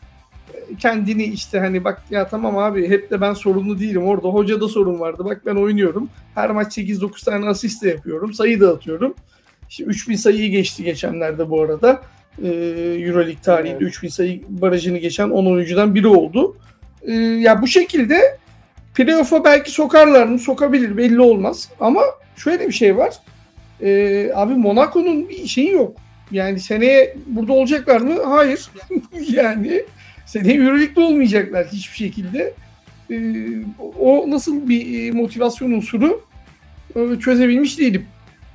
Kendini işte hani bak ya tamam abi hep de ben sorumlu değilim. Orada hocada sorun vardı. Bak ben oynuyorum. Her maç sekiz dokuz tane asist de yapıyorum. Sayı da atıyorum. İşte üç bin sayıyı geçti geçenlerde bu arada. Ee, Euroleague tarihinde evet. üç bin sayı barajını geçen on oyuncudan biri oldu. Ee, ya bu şekilde playoff'a belki sokarlar mı? Sokabilir. Belli olmaz. Ama şöyle bir şey var. Ee, abi Monaco'nun bir şeyi yok. Yani seneye burada olacaklar mı? Hayır. yani seneye Euroleague'de olmayacaklar hiçbir şekilde. Ee, o nasıl bir motivasyon unsuru e, çözebilmiş değilim.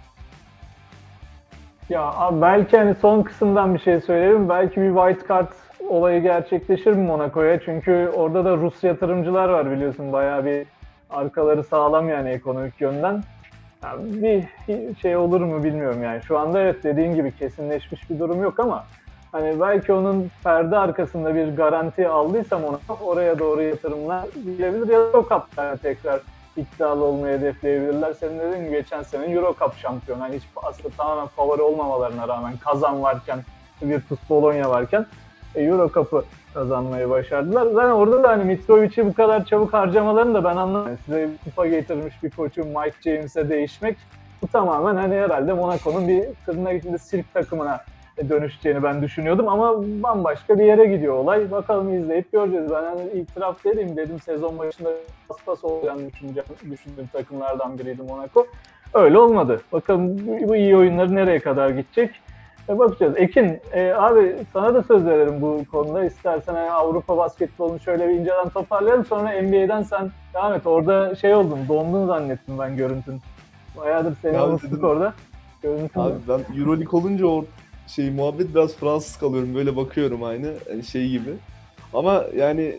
Ya abi belki hani son kısımdan bir şey söyleyelim. Belki bir white card olayı gerçekleşir mi Monaco'ya? Çünkü orada da Rus yatırımcılar var biliyorsun. Bayağı bir arkaları sağlam yani ekonomik yönden. Yani bir şey olur mu bilmiyorum yani. Şu anda evet dediğin gibi kesinleşmiş bir durum yok ama hani belki onun perde arkasında bir garanti aldıysam ona oraya doğru yatırımlar girebilir ya da Euro Cup'ta tekrar iddialı olmayı hedefleyebilirler. Senin dediğin gibi geçen sene Euro Cup şampiyonu. Yani hiç aslında tamamen favori olmamalarına rağmen Kazan varken, Virtus Bologna varken Euro Cup'ı kazanmayı başardılar. Zaten orada da hani Mitrovic'i bu kadar çabuk harcamalarını da ben anlamıyorum. Size kupa getirmiş bir koçun Mike James'e değişmek bu tamamen hani herhalde Monaco'nun bir tırnak içinde sirk takımına dönüşeceğini ben düşünüyordum ama bambaşka bir yere gidiyor olay. Bakalım izleyip göreceğiz. Ben hani itiraf edeyim dedim sezon başında paspas olacağını düşündüğüm, düşündüğüm takımlardan biriydi Monaco. Öyle olmadı. Bakalım bu, bu iyi oyunları nereye kadar gidecek? E bakacağız. Ekin, e, abi sana da söz veririm bu konuda. İstersen yani Avrupa basketbolunu şöyle bir inceden toparlayalım. Sonra N B A'den sen devam et. Orada şey oldum, dondun zannettim ben görüntün. Bayağıdır seni Ya unuttuk dedim, orada. Görüntün abi ben Euroleague olunca o şey muhabbet biraz Fransız kalıyorum. Böyle bakıyorum aynı şey gibi. Ama yani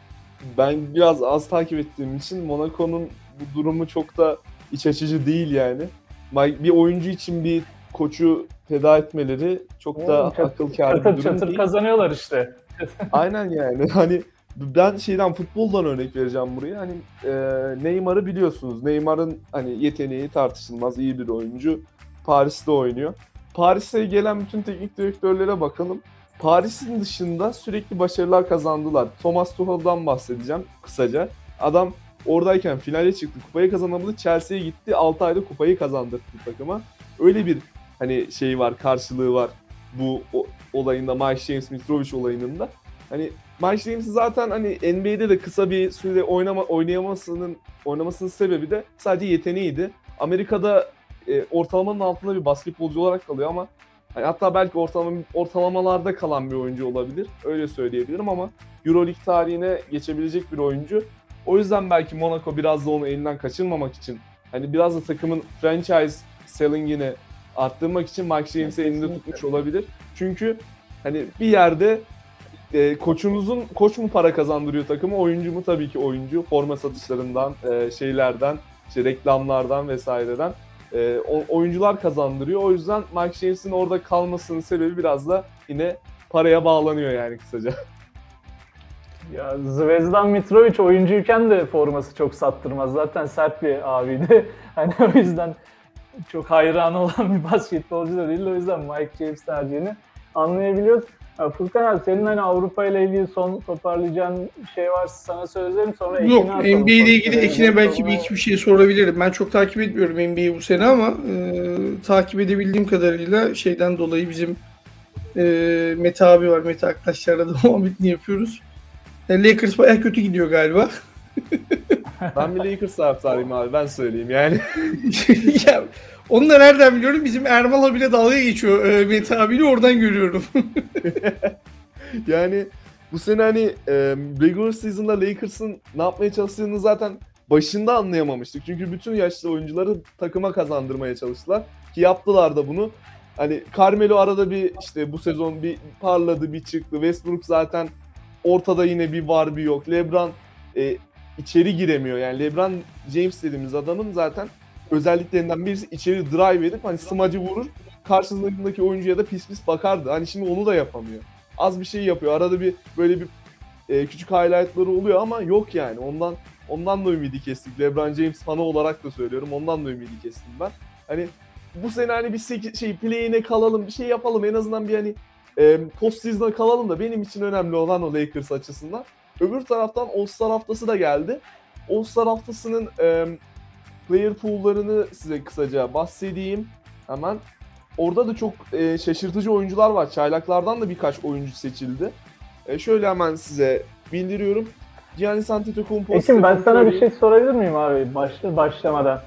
ben biraz az takip ettiğim için Monaco'nun bu durumu çok da iç açıcı değil yani. Bir oyuncu için bir koçu feda etmeleri çok da çatır, akıl kârı bir çatır, durum çatır değil. kazanıyorlar işte. Aynen yani. Hani ben şeyden futboldan örnek vereceğim buraya. Hani e, Neymar'ı biliyorsunuz. Neymar'ın hani yeteneği tartışılmaz iyi bir oyuncu. Paris'te oynuyor. Paris'e gelen bütün teknik direktörlere bakalım. Paris'in dışında sürekli başarılar kazandılar. Thomas Tuchel'dan bahsedeceğim kısaca. Adam oradayken finale çıktı. Kupayı kazanamadı. Chelsea'ye gitti. altı ayda kupayı kazandırdı takıma. Öyle bir hani şey var, karşılığı var bu o, olayında, Mike James Mitrovic olayının da. Hani Mike James'i zaten hani N B A'de de kısa bir süre oynama oynayamasının oynamasının sebebi de sadece yeteneğiydi. Amerika'da e, ortalamanın altında bir basketbolcu olarak kalıyor ama Hani hatta belki ortalama, ortalamalarda kalan bir oyuncu olabilir. Öyle söyleyebilirim ama Euroleague tarihine geçebilecek bir oyuncu. O yüzden belki Monaco biraz da onu elinden kaçırmamak için, hani biraz da takımın franchise selling'ini arttırmak için Mike James'i elinde tutmuş olabilir. Çünkü hani bir yerde e, koçumuzun koç mu para kazandırıyor takımı, oyuncu mu? Tabii ki oyuncu. Forma satışlarından, e, şeylerden, işte reklamlardan vesaireden e, o, oyuncular kazandırıyor. O yüzden Mike James'in orada kalmasının sebebi biraz da yine paraya bağlanıyor yani kısaca. Ya Zvezdan Mitrovic oyuncuyken de forması çok sattırmaz. Zaten sert bir abiydi. Hani o yüzden çok hayran olan bir basketbolcu da değil. O yüzden Mike James tercihini anlayabiliyoruz. Ya Furkan abi, senin hani Avrupa ile ilgili son toparlayacağın şey varsa sana sözlerim, sonra Yok, Ekin'e atalım. N B A ile ilgili Sonuçta Ekin'e belki sorunu- bir iki bir şey sorabilirim. Ben çok takip etmiyorum N B A'yi bu sene ama e, takip edebildiğim kadarıyla şeyden dolayı bizim e, Mete abi var. Mete arkadaşlarla da muhabbetini yapıyoruz. Yani Lakers bayağı kötü gidiyor galiba. Ben bir Lakers taraftarıyım abi, ben söyleyeyim yani. Ya, onu da nereden biliyorum? Bizim Ermal bile dalga geçiyor e, Mete abiyle, oradan görüyorum. Yani bu sene hani e, regular season'da Lakers'ın ne yapmaya çalıştığını zaten başında anlayamamıştık. Çünkü bütün yaşlı oyuncuları takıma kazandırmaya çalıştılar. Ki yaptılar da bunu. Hani Carmelo arada bir işte bu sezon bir parladı, bir çıktı. Westbrook zaten ortada yine bir var bir yok. LeBron e, içeri giremiyor. Yani LeBron James dediğimiz adamın zaten özelliklerinden birisi içeri drive edip hani smacı vurur. Karşısındaki oyuncuya da pis pis bakardı. Hani şimdi onu da yapamıyor. Az bir şey yapıyor. Arada bir böyle bir e, küçük highlightları oluyor ama yok yani. Ondan ondan da ümidi kestik. LeBron James fanı olarak da söylüyorum. Ondan da ümidi kestim ben. Hani bu sene hani bir seki- şey play'ine kalalım, bir şey yapalım. En azından bir hani e, post season'a kalalım da benim için önemli olan o Lakers açısından. Öbür taraftan All-Star haftası da geldi. All-Star haftasının e, player pool'larını size kısaca bahsedeyim hemen. Orada da çok e, şaşırtıcı oyuncular var. Çaylaklardan da birkaç oyuncu seçildi. E, şöyle hemen size bildiriyorum. Giannis Antetokounmpo, Ekin, ben Stephen sana Curry- bir şey sorabilir miyim abi başla, başlamadan?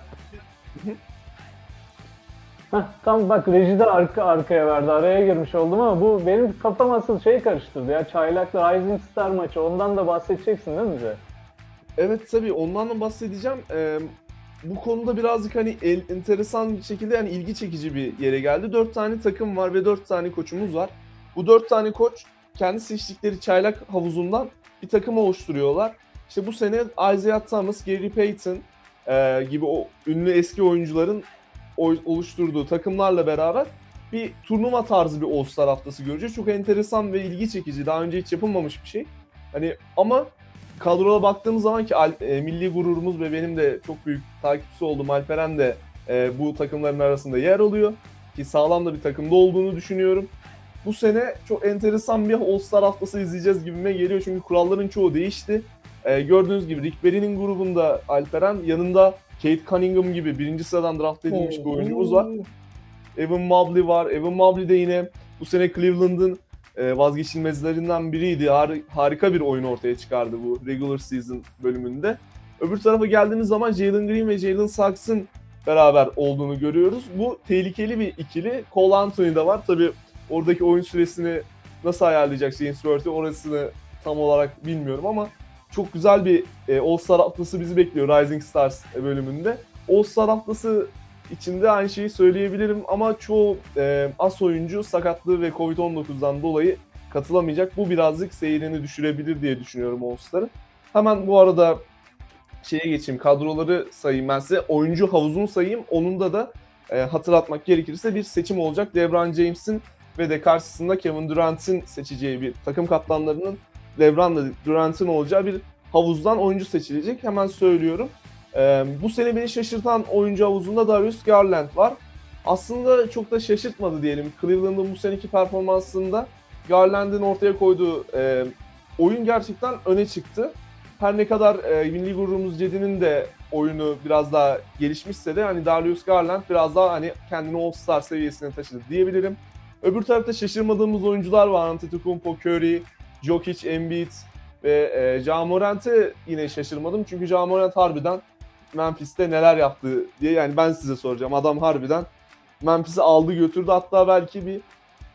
Heh, tam bak, rejide arka, arkaya verdi. Araya girmiş oldum ama bu benim kafam asıl şey karıştırdı ya. Çaylak'la Rising Star maçı. Ondan da bahsedeceksin değil mi bize? Evet tabii ondan da bahsedeceğim. Ee, bu konuda birazcık hani el, enteresan bir şekilde yani ilgi çekici bir yere geldi. Dört tane takım var ve dört tane koçumuz var. Bu dört tane koç kendi seçtikleri çaylak havuzundan bir takım oluşturuyorlar. İşte bu sene Isaiah Thomas, Gary Payton e, gibi o ünlü eski oyuncuların o- oluşturduğu takımlarla beraber bir turnuva tarzı bir All-Star haftası göreceğiz. Çok enteresan ve ilgi çekici. Daha önce hiç yapılmamış bir şey. Hani ama kadroya baktığımız zaman ki Al- e, milli gururumuz ve benim de çok büyük takipçisi olduğum Alperen de e, bu takımların arasında yer alıyor. Ki sağlam da bir takımda olduğunu düşünüyorum. Bu sene çok enteresan bir All-Star haftası izleyeceğiz gibime geliyor. Çünkü kuralların çoğu değişti. E, gördüğünüz gibi Rick Barry'nin grubunda Alperen, yanında Kate Cunningham gibi birinci sıradan draft edilmiş bir oyuncumuz var. Evan Mobley var. Evan Mobley de yine bu sene Cleveland'ın e, vazgeçilmezlerinden biriydi. Har- harika bir oyun ortaya çıkardı bu regular season bölümünde. Öbür tarafa geldiğimiz zaman Jalen Green ve Jalen Saks'ın beraber olduğunu görüyoruz. Bu tehlikeli bir ikili. Cole Anthony de var. Tabii oradaki oyun süresini nasıl ayarlayacak James Worthy, orasını tam olarak bilmiyorum ama çok güzel bir e, All-Star haftası bizi bekliyor Rising Stars bölümünde. All-Star haftası içinde aynı şeyi söyleyebilirim ama çoğu e, as oyuncu sakatlığı ve covid on dokuzdan dolayı katılamayacak. Bu birazcık seyrini düşürebilir diye düşünüyorum All-Star'ın. Hemen bu arada şeye geçeyim, kadroları sayayım ben size. Oyuncu havuzunu sayayım. Onunda da e, hatırlatmak gerekirse bir seçim olacak. LeBron James'in ve de karşısında Kevin Durant'in seçeceği bir takım kaptanlarının LeBron'la Durant'in olacağı bir havuzdan oyuncu seçilecek. Hemen söylüyorum. Ee, bu sene beni şaşırtan oyuncu havuzunda Darius Garland var. Aslında çok da şaşırtmadı diyelim. Cleveland'ın bu seneki performansında Garland'ın ortaya koyduğu e, oyun gerçekten öne çıktı. Her ne kadar e, milli gururumuz Cedi'nin de oyunu biraz daha gelişmişse de hani Darius Garland biraz daha hani kendini All-Star seviyesine taşıdı diyebilirim. Öbür tarafta şaşırmadığımız oyuncular var. Antetokounmpo, Curry, Jokic, Embiid ve e, Ja Morant'e yine şaşırmadım. Çünkü Ja Morant harbiden Memphis'te neler yaptı diye, yani ben size soracağım. Adam harbiden Memphis'i aldı götürdü, hatta belki bir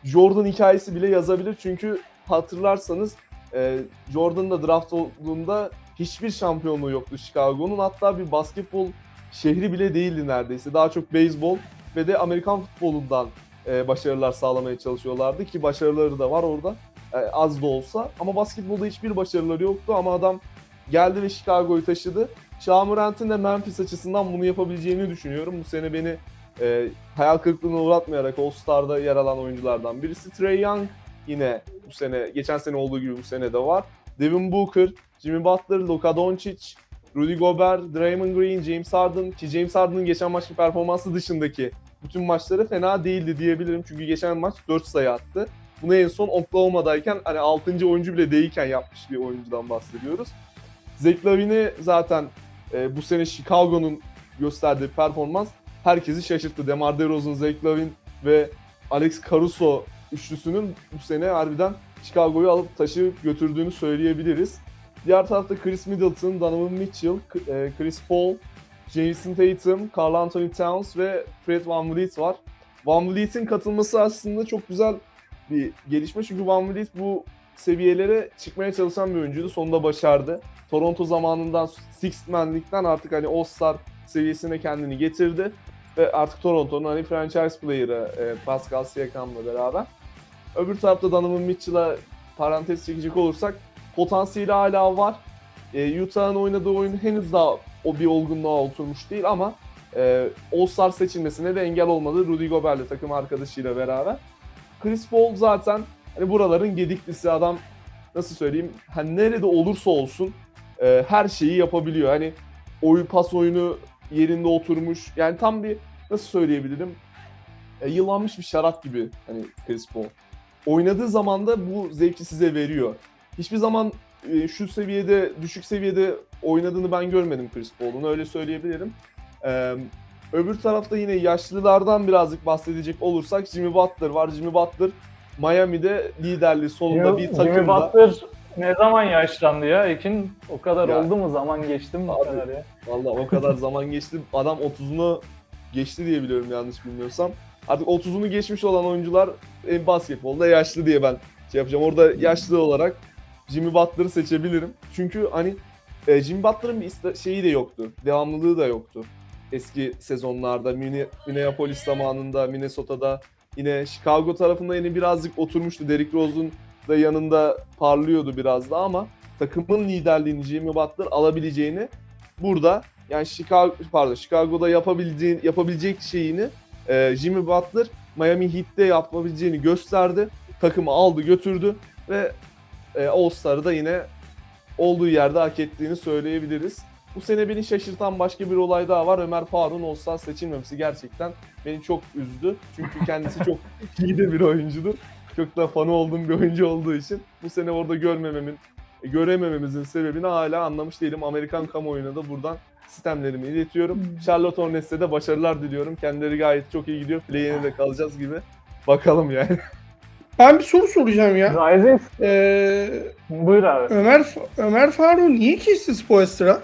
Jordan hikayesi bile yazabilir. Çünkü hatırlarsanız e, Jordan da draft olduğunda hiçbir şampiyonluğu yoktu Chicago'nun. Hatta bir basketbol şehri bile değildi neredeyse. Daha çok beyzbol ve de Amerikan futbolundan e, başarılar sağlamaya çalışıyorlardı ki başarıları da var orada. E, az da olsa. Ama basketbolda hiçbir başarıları yoktu ama adam geldi ve Chicago'yu taşıdı. Ja Morant'in de Memphis açısından bunu yapabileceğini düşünüyorum. Bu sene beni e, hayal kırıklığına uğratmayarak All-Star'da yer alan oyunculardan birisi. Trae Young yine bu sene, geçen sene olduğu gibi bu sene de var. Devin Booker, Jimmy Butler, Luka Doncic, Rudy Gobert, Draymond Green, James Harden ki James Harden'ın geçen maçki performansı dışındaki bütün maçları fena değildi diyebilirim. Çünkü geçen maç dört sayı attı. Bunu en son Oklahoma'dayken hani altıncı oyuncu bile değilken yapmış bir oyuncudan bahsediyoruz. Zach LaVine'i zaten e, bu sene Chicago'nun gösterdiği performans herkesi şaşırttı. DeMar DeRozan, Zach LaVine ve Alex Caruso üçlüsünün bu sene harbiden Chicago'yu alıp taşıyıp götürdüğünü söyleyebiliriz. Diğer tarafta Chris Middleton, Donovan Mitchell, Chris Paul, Jason Tatum, Karl Anthony Towns ve Fred VanVleet var. VanVleet'in katılması aslında çok güzel bir gelişme çünkü VanVleet bu seviyelere çıkmaya çalışan bir oyuncuydu. Sonunda başardı. Toronto zamanından Sixth Man'likten artık hani All-Star seviyesine kendini getirdi. Ve artık Toronto'nun hani franchise player'ı e, Pascal Siakam'la beraber. Öbür tarafta Donovan Mitchell'a parantez çekecek olursak potansiyeli hala var. E, Utah'ın oynadığı oyun henüz daha o bir olgunluğa oturmuş değil ama e, All-Star seçilmesine de engel olmadı Rudy Gobert'le takım arkadaşıyla beraber. Chris Paul zaten hani buraların gediklisi adam, nasıl söyleyeyim, hani nerede olursa olsun e, her şeyi yapabiliyor. Hani oyun pas oyunu yerinde oturmuş. Yani tam bir, nasıl söyleyebilirim, e, yıllanmış bir şarap gibi hani Chris Paul. Oynadığı zaman da bu zevki size veriyor. Hiçbir zaman e, şu seviyede, düşük seviyede oynadığını ben görmedim Chris Paul'un, öyle söyleyebilirim. E, öbür tarafta yine yaşlılardan birazcık bahsedecek olursak Jimmy Butler var. Jimmy Butler Miami'de liderliği solunda Jimmy, bir Jimmy takımda. Butler ne zaman yaşlandı ya Ekin? O kadar Ya, oldu mu? Zaman geçti mi bu abi, kadar ya? Vallahi o kadar zaman geçti. Adam otuzunu geçti diye biliyorum yanlış bilmiyorsam. Artık otuzunu geçmiş olan oyuncular e, basketbolda yaşlı diye ben şey yapacağım. Orada yaşlı olarak Jimmy Butler'ı seçebilirim. Çünkü hani e, Jimmy Butler'ın bir iste- şeyi de yoktu. Devamlılığı da yoktu. Eski sezonlarda, Minne- Minneapolis zamanında, Minnesota'da, yine Chicago tarafında yine birazcık oturmuştu. Derrick Rose'un da yanında parlıyordu biraz da ama takımın liderliğini Jimmy Butler alabileceğini burada, yani Chicago pardon Chicago'da yapabileceğini yapabilecek şeyini e, Jimmy Butler Miami Heat'te yapabileceğini gösterdi. Takımı aldı, götürdü ve e, All-Star'ı da yine olduğu yerde hak ettiğini söyleyebiliriz. Bu sene beni şaşırtan başka bir olay daha var. Ömer Faruk'un All-Star seçilmemesi gerçekten beni çok üzdü. Çünkü kendisi çok iyi de bir oyuncudur. Çok da fanı olduğum bir oyuncu olduğu için bu sene orada görmememin, göremememizin sebebini hala anlamış değilim. Amerikan kamuoyuna da buradan sistemlerimi iletiyorum. Charlotte Hornets'e de başarılar diliyorum. Kendileri gayet çok iyi gidiyor. Play-in'e de kalacağız gibi. Bakalım yani. Ben bir soru soracağım ya. Rising, Ee, buyur abi. Ömer Ömer Faruk niye kesti Spoelstra?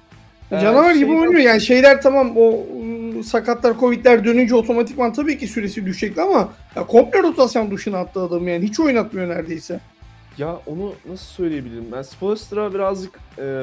Ee, Canavar şey gibi oynuyor yok. yani, şeyler tamam, o ıı, sakatlar, covidler dönünce otomatikman tabii ki süresi düşecekti ama ya komple rotasyon dışına attı adam, yani hiç oynatmıyor neredeyse. Ya onu nasıl söyleyebilirim? Ben Spoelstra birazcık e,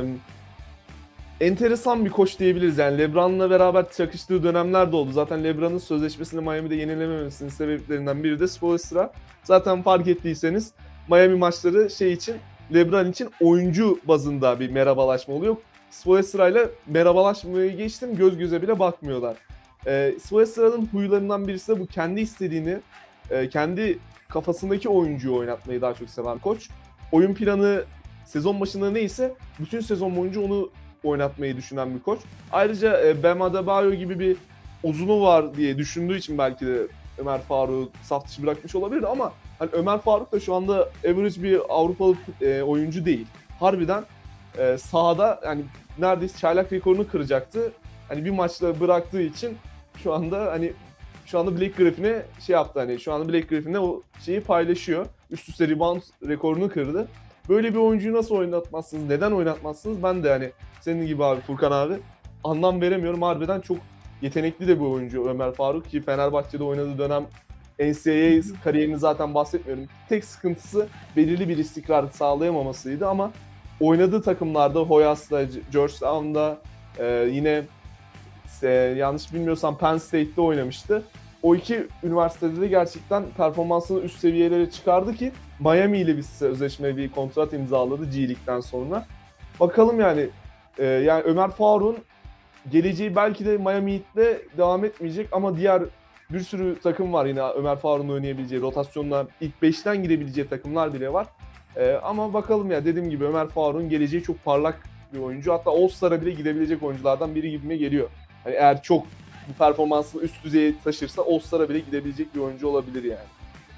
enteresan bir koç diyebiliriz. Yani LeBron'la beraber çakıştığı dönemler de oldu. Zaten LeBron'un sözleşmesini Miami'de yenilememesinin sebeplerinden biri de Spoelstra. Zaten fark ettiyseniz Miami maçları şey için, LeBron için oyuncu bazında bir merhabalaşma oluyor. Spoelstra ile merhabalaşmayı geçtim, göz göze bile bakmıyorlar. E, Spoelstra'nın huylarından birisi de bu, kendi istediğini, e, kendi kafasındaki oyuncuyu oynatmayı daha çok seven koç. Oyun planı sezon başında neyse bütün sezon boyunca onu oynatmayı düşünen bir koç. Ayrıca e, Bam Adebayo gibi bir uzunu var diye düşündüğü için belki de Ömer Faruk'u saf dışı bırakmış olabilir ama hani Ömer Faruk da şu anda average bir Avrupalı e, oyuncu değil. Harbiden e, sahada yani neredeyse çaylak rekorunu kıracaktı. Hani bir maçta bıraktığı için şu anda hani şu anda Blake Griffin'e şey yaptı, hani şu anda Blake Griffin'e o şeyi paylaşıyor. Üst üste rebound rekorunu kırdı. Böyle bir oyuncuyu nasıl oynatmazsınız? Neden oynatmazsınız? Ben de hani senin gibi abi Furkan abi anlam veremiyorum. Harbiden çok yetenekli de bir oyuncu Ömer Faruk ki Fenerbahçe'de oynadığı dönem N C A A kariyerini zaten bahsetmiyorum. Tek sıkıntısı belirli bir istikrar sağlayamamasıydı ama oynadığı takımlarda Hoyas'ta, Georgetown'da, e, yine e, yanlış bilmiyorsam Penn State'de oynamıştı. O iki üniversitede de gerçekten performansını üst seviyelere çıkardı ki Miami ile bir sözleşme, bir kontrat imzaladı G League'den sonra. Bakalım yani, e, yani Ömer Faruk'un geleceği belki de Miami Heat'le devam etmeyecek ama diğer bir sürü takım var yine Ömer Faruk'un oynayabileceği, rotasyonla ilk beşten girebileceği takımlar bile var. Ee, ama bakalım ya, dediğim gibi Ömer Faruk'un geleceği çok parlak bir oyuncu. Hatta All-Star'a bile gidebilecek oyunculardan biri gibime geliyor. Hani eğer çok bu performansını üst düzeye taşırsa All-Star'a bile gidebilecek bir oyuncu olabilir yani.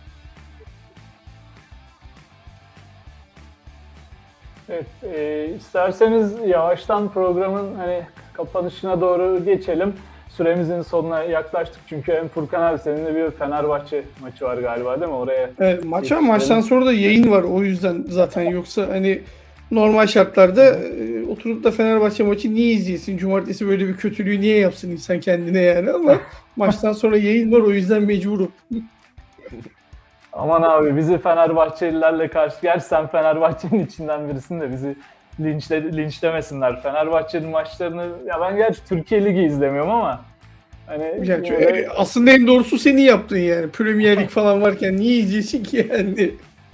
Evet, e, isterseniz yavaştan programın hani kapanışına doğru geçelim. Süremizin sonuna yaklaştık çünkü hem Furkan abi senin de bir Fenerbahçe maçı var galiba değil mi? Oraya Evet, maç var. geçelim. Maçtan sonra da yayın var. O yüzden zaten, yoksa hani normal şartlarda e, oturup da Fenerbahçe maçı niye izleyesin? Cumartesi böyle bir kötülüğü niye yapsın insan kendine yani, ama maçtan sonra yayın var, o yüzden mecburum. Aman abi, bizi Fenerbahçelilerle karşı, gerçi sen Fenerbahçe'nin içinden birisin de bizi linçle, linçlemesinler. Fenerbahçe'nin maçlarını, ya ben gerçi Türkiye Ligi izlemiyorum ama hani Yani, böyle, e, aslında en doğrusu senin yaptın yani. Premier Lig falan varken niye izleyesin ki yani?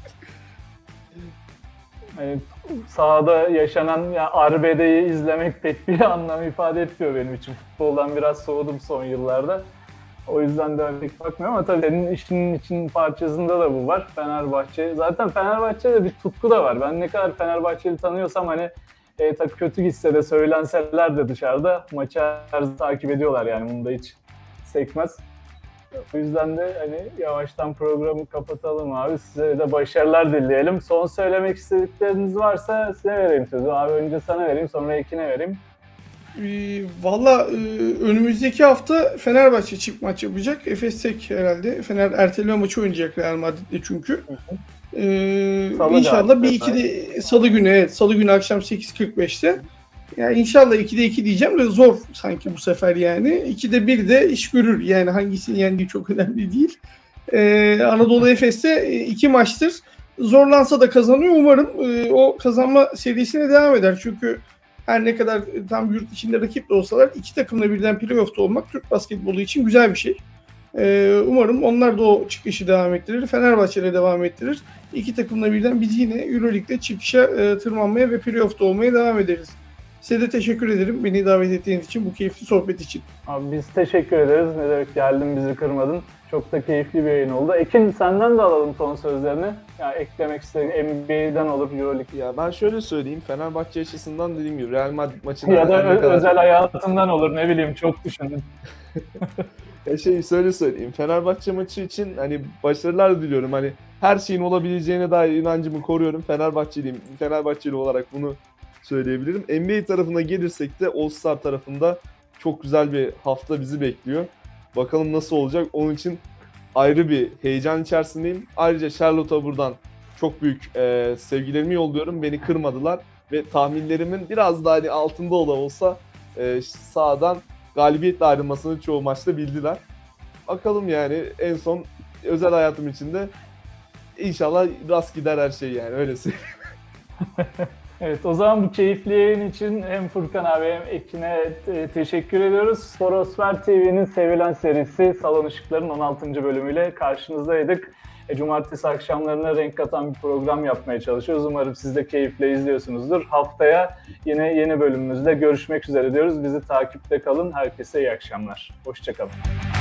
hani sahada yaşanan ya arbedeyi izlemek pek bir anlam ifade etmiyor benim için. Futboldan biraz soğudum son yıllarda. O yüzden de pek bakmıyorum ama tabii senin işinin için parçasında da bu var. Fenerbahçe. Zaten Fenerbahçe'de bir tutku da var. Ben ne kadar Fenerbahçe'yi tanıyorsam hani e, tabii kötü gitse de söylenseler de dışarıda maçı her zaman takip ediyorlar yani, bunu da hiç sekmez. O yüzden de hani yavaştan programı kapatalım abi. Size de başarılar dileyelim. Son söylemek istedikleriniz varsa size vereyim sözü. Abi önce sana vereyim, sonra Ekin'e vereyim. Ee, Valla e, önümüzdeki hafta Fenerbahçe çift maç yapacak. Efes tek herhalde. Fener erteleme maçı oynayacak Real Madrid'de çünkü. Ee, Salı inşallah galiba. bir iki de salı günü, evet, salı günü akşam sekiz kırk beşte. Yani inşallah ikide iki diyeceğim de zor sanki bu sefer yani. ikide bir de iş görür. Yani hangisini yendiği çok önemli değil. Ee, Anadolu Efes'te iki maçtır zorlansa da kazanıyor. Umarım e, o kazanma serisine devam eder. Çünkü her ne kadar tam yurt içinde rakip de olsalar iki takımla birden playoff'ta olmak Türk basketbolu için güzel bir şey. Ee, umarım onlar da o çıkışı devam ettirir. Fenerbahçe'yle devam ettirir. İki takımla birden biz yine Euroleague'de çıkışa e, tırmanmaya ve playoff'ta olmaya devam ederiz. Size de teşekkür ederim beni davet ettiğiniz için, bu keyifli sohbet için. Abi biz teşekkür ederiz. Ne demek, geldin, bizi kırmadın. Çok da keyifli bir yayın oldu. Ekin, senden de alalım son sözlerini. Yani eklemek istediğin N B A'den olur, Euroleague. Ya ben şöyle söyleyeyim, Fenerbahçe açısından dediğim gibi Real Madrid maçına Ya da her ne ö- kadar- özel hayatından olur, ne bileyim, çok düşündüm. Ya şey şöyle söyleyeyim, Fenerbahçe maçı için hani başarılar diliyorum. Hani her şeyin olabileceğine dair inancımı koruyorum. Fenerbahçeliyim, Fenerbahçeli olarak bunu söyleyebilirim. N B A tarafına gelirsek de All Star tarafında çok güzel bir hafta bizi bekliyor. Bakalım nasıl olacak, onun için ayrı bir heyecan içerisindeyim. Ayrıca Charlotte'a buradan çok büyük e, sevgilerimi yolluyorum. Beni kırmadılar ve tahminlerimin biraz daha hani altında ola olsa e, sahadan galibiyetle ayrılmasını çoğu maçta bildiler. Bakalım yani, en son özel hayatım içinde inşallah rast gider her şey yani, öyle söyleyeyim. Evet, o zaman bu keyifli yayın için hem Furkan abi hem Ekin'e te- teşekkür ediyoruz. Sporosfer T V'nin sevilen serisi Salon Işıkları'nın on altıncı bölümüyle karşınızdaydık. E, Cumartesi akşamlarına renk katan bir program yapmaya çalışıyoruz. Umarım siz de keyifle izliyorsunuzdur. Haftaya yine yeni bölümümüzde görüşmek üzere diyoruz. Bizi takipte kalın. Herkese iyi akşamlar. Hoşça kalın.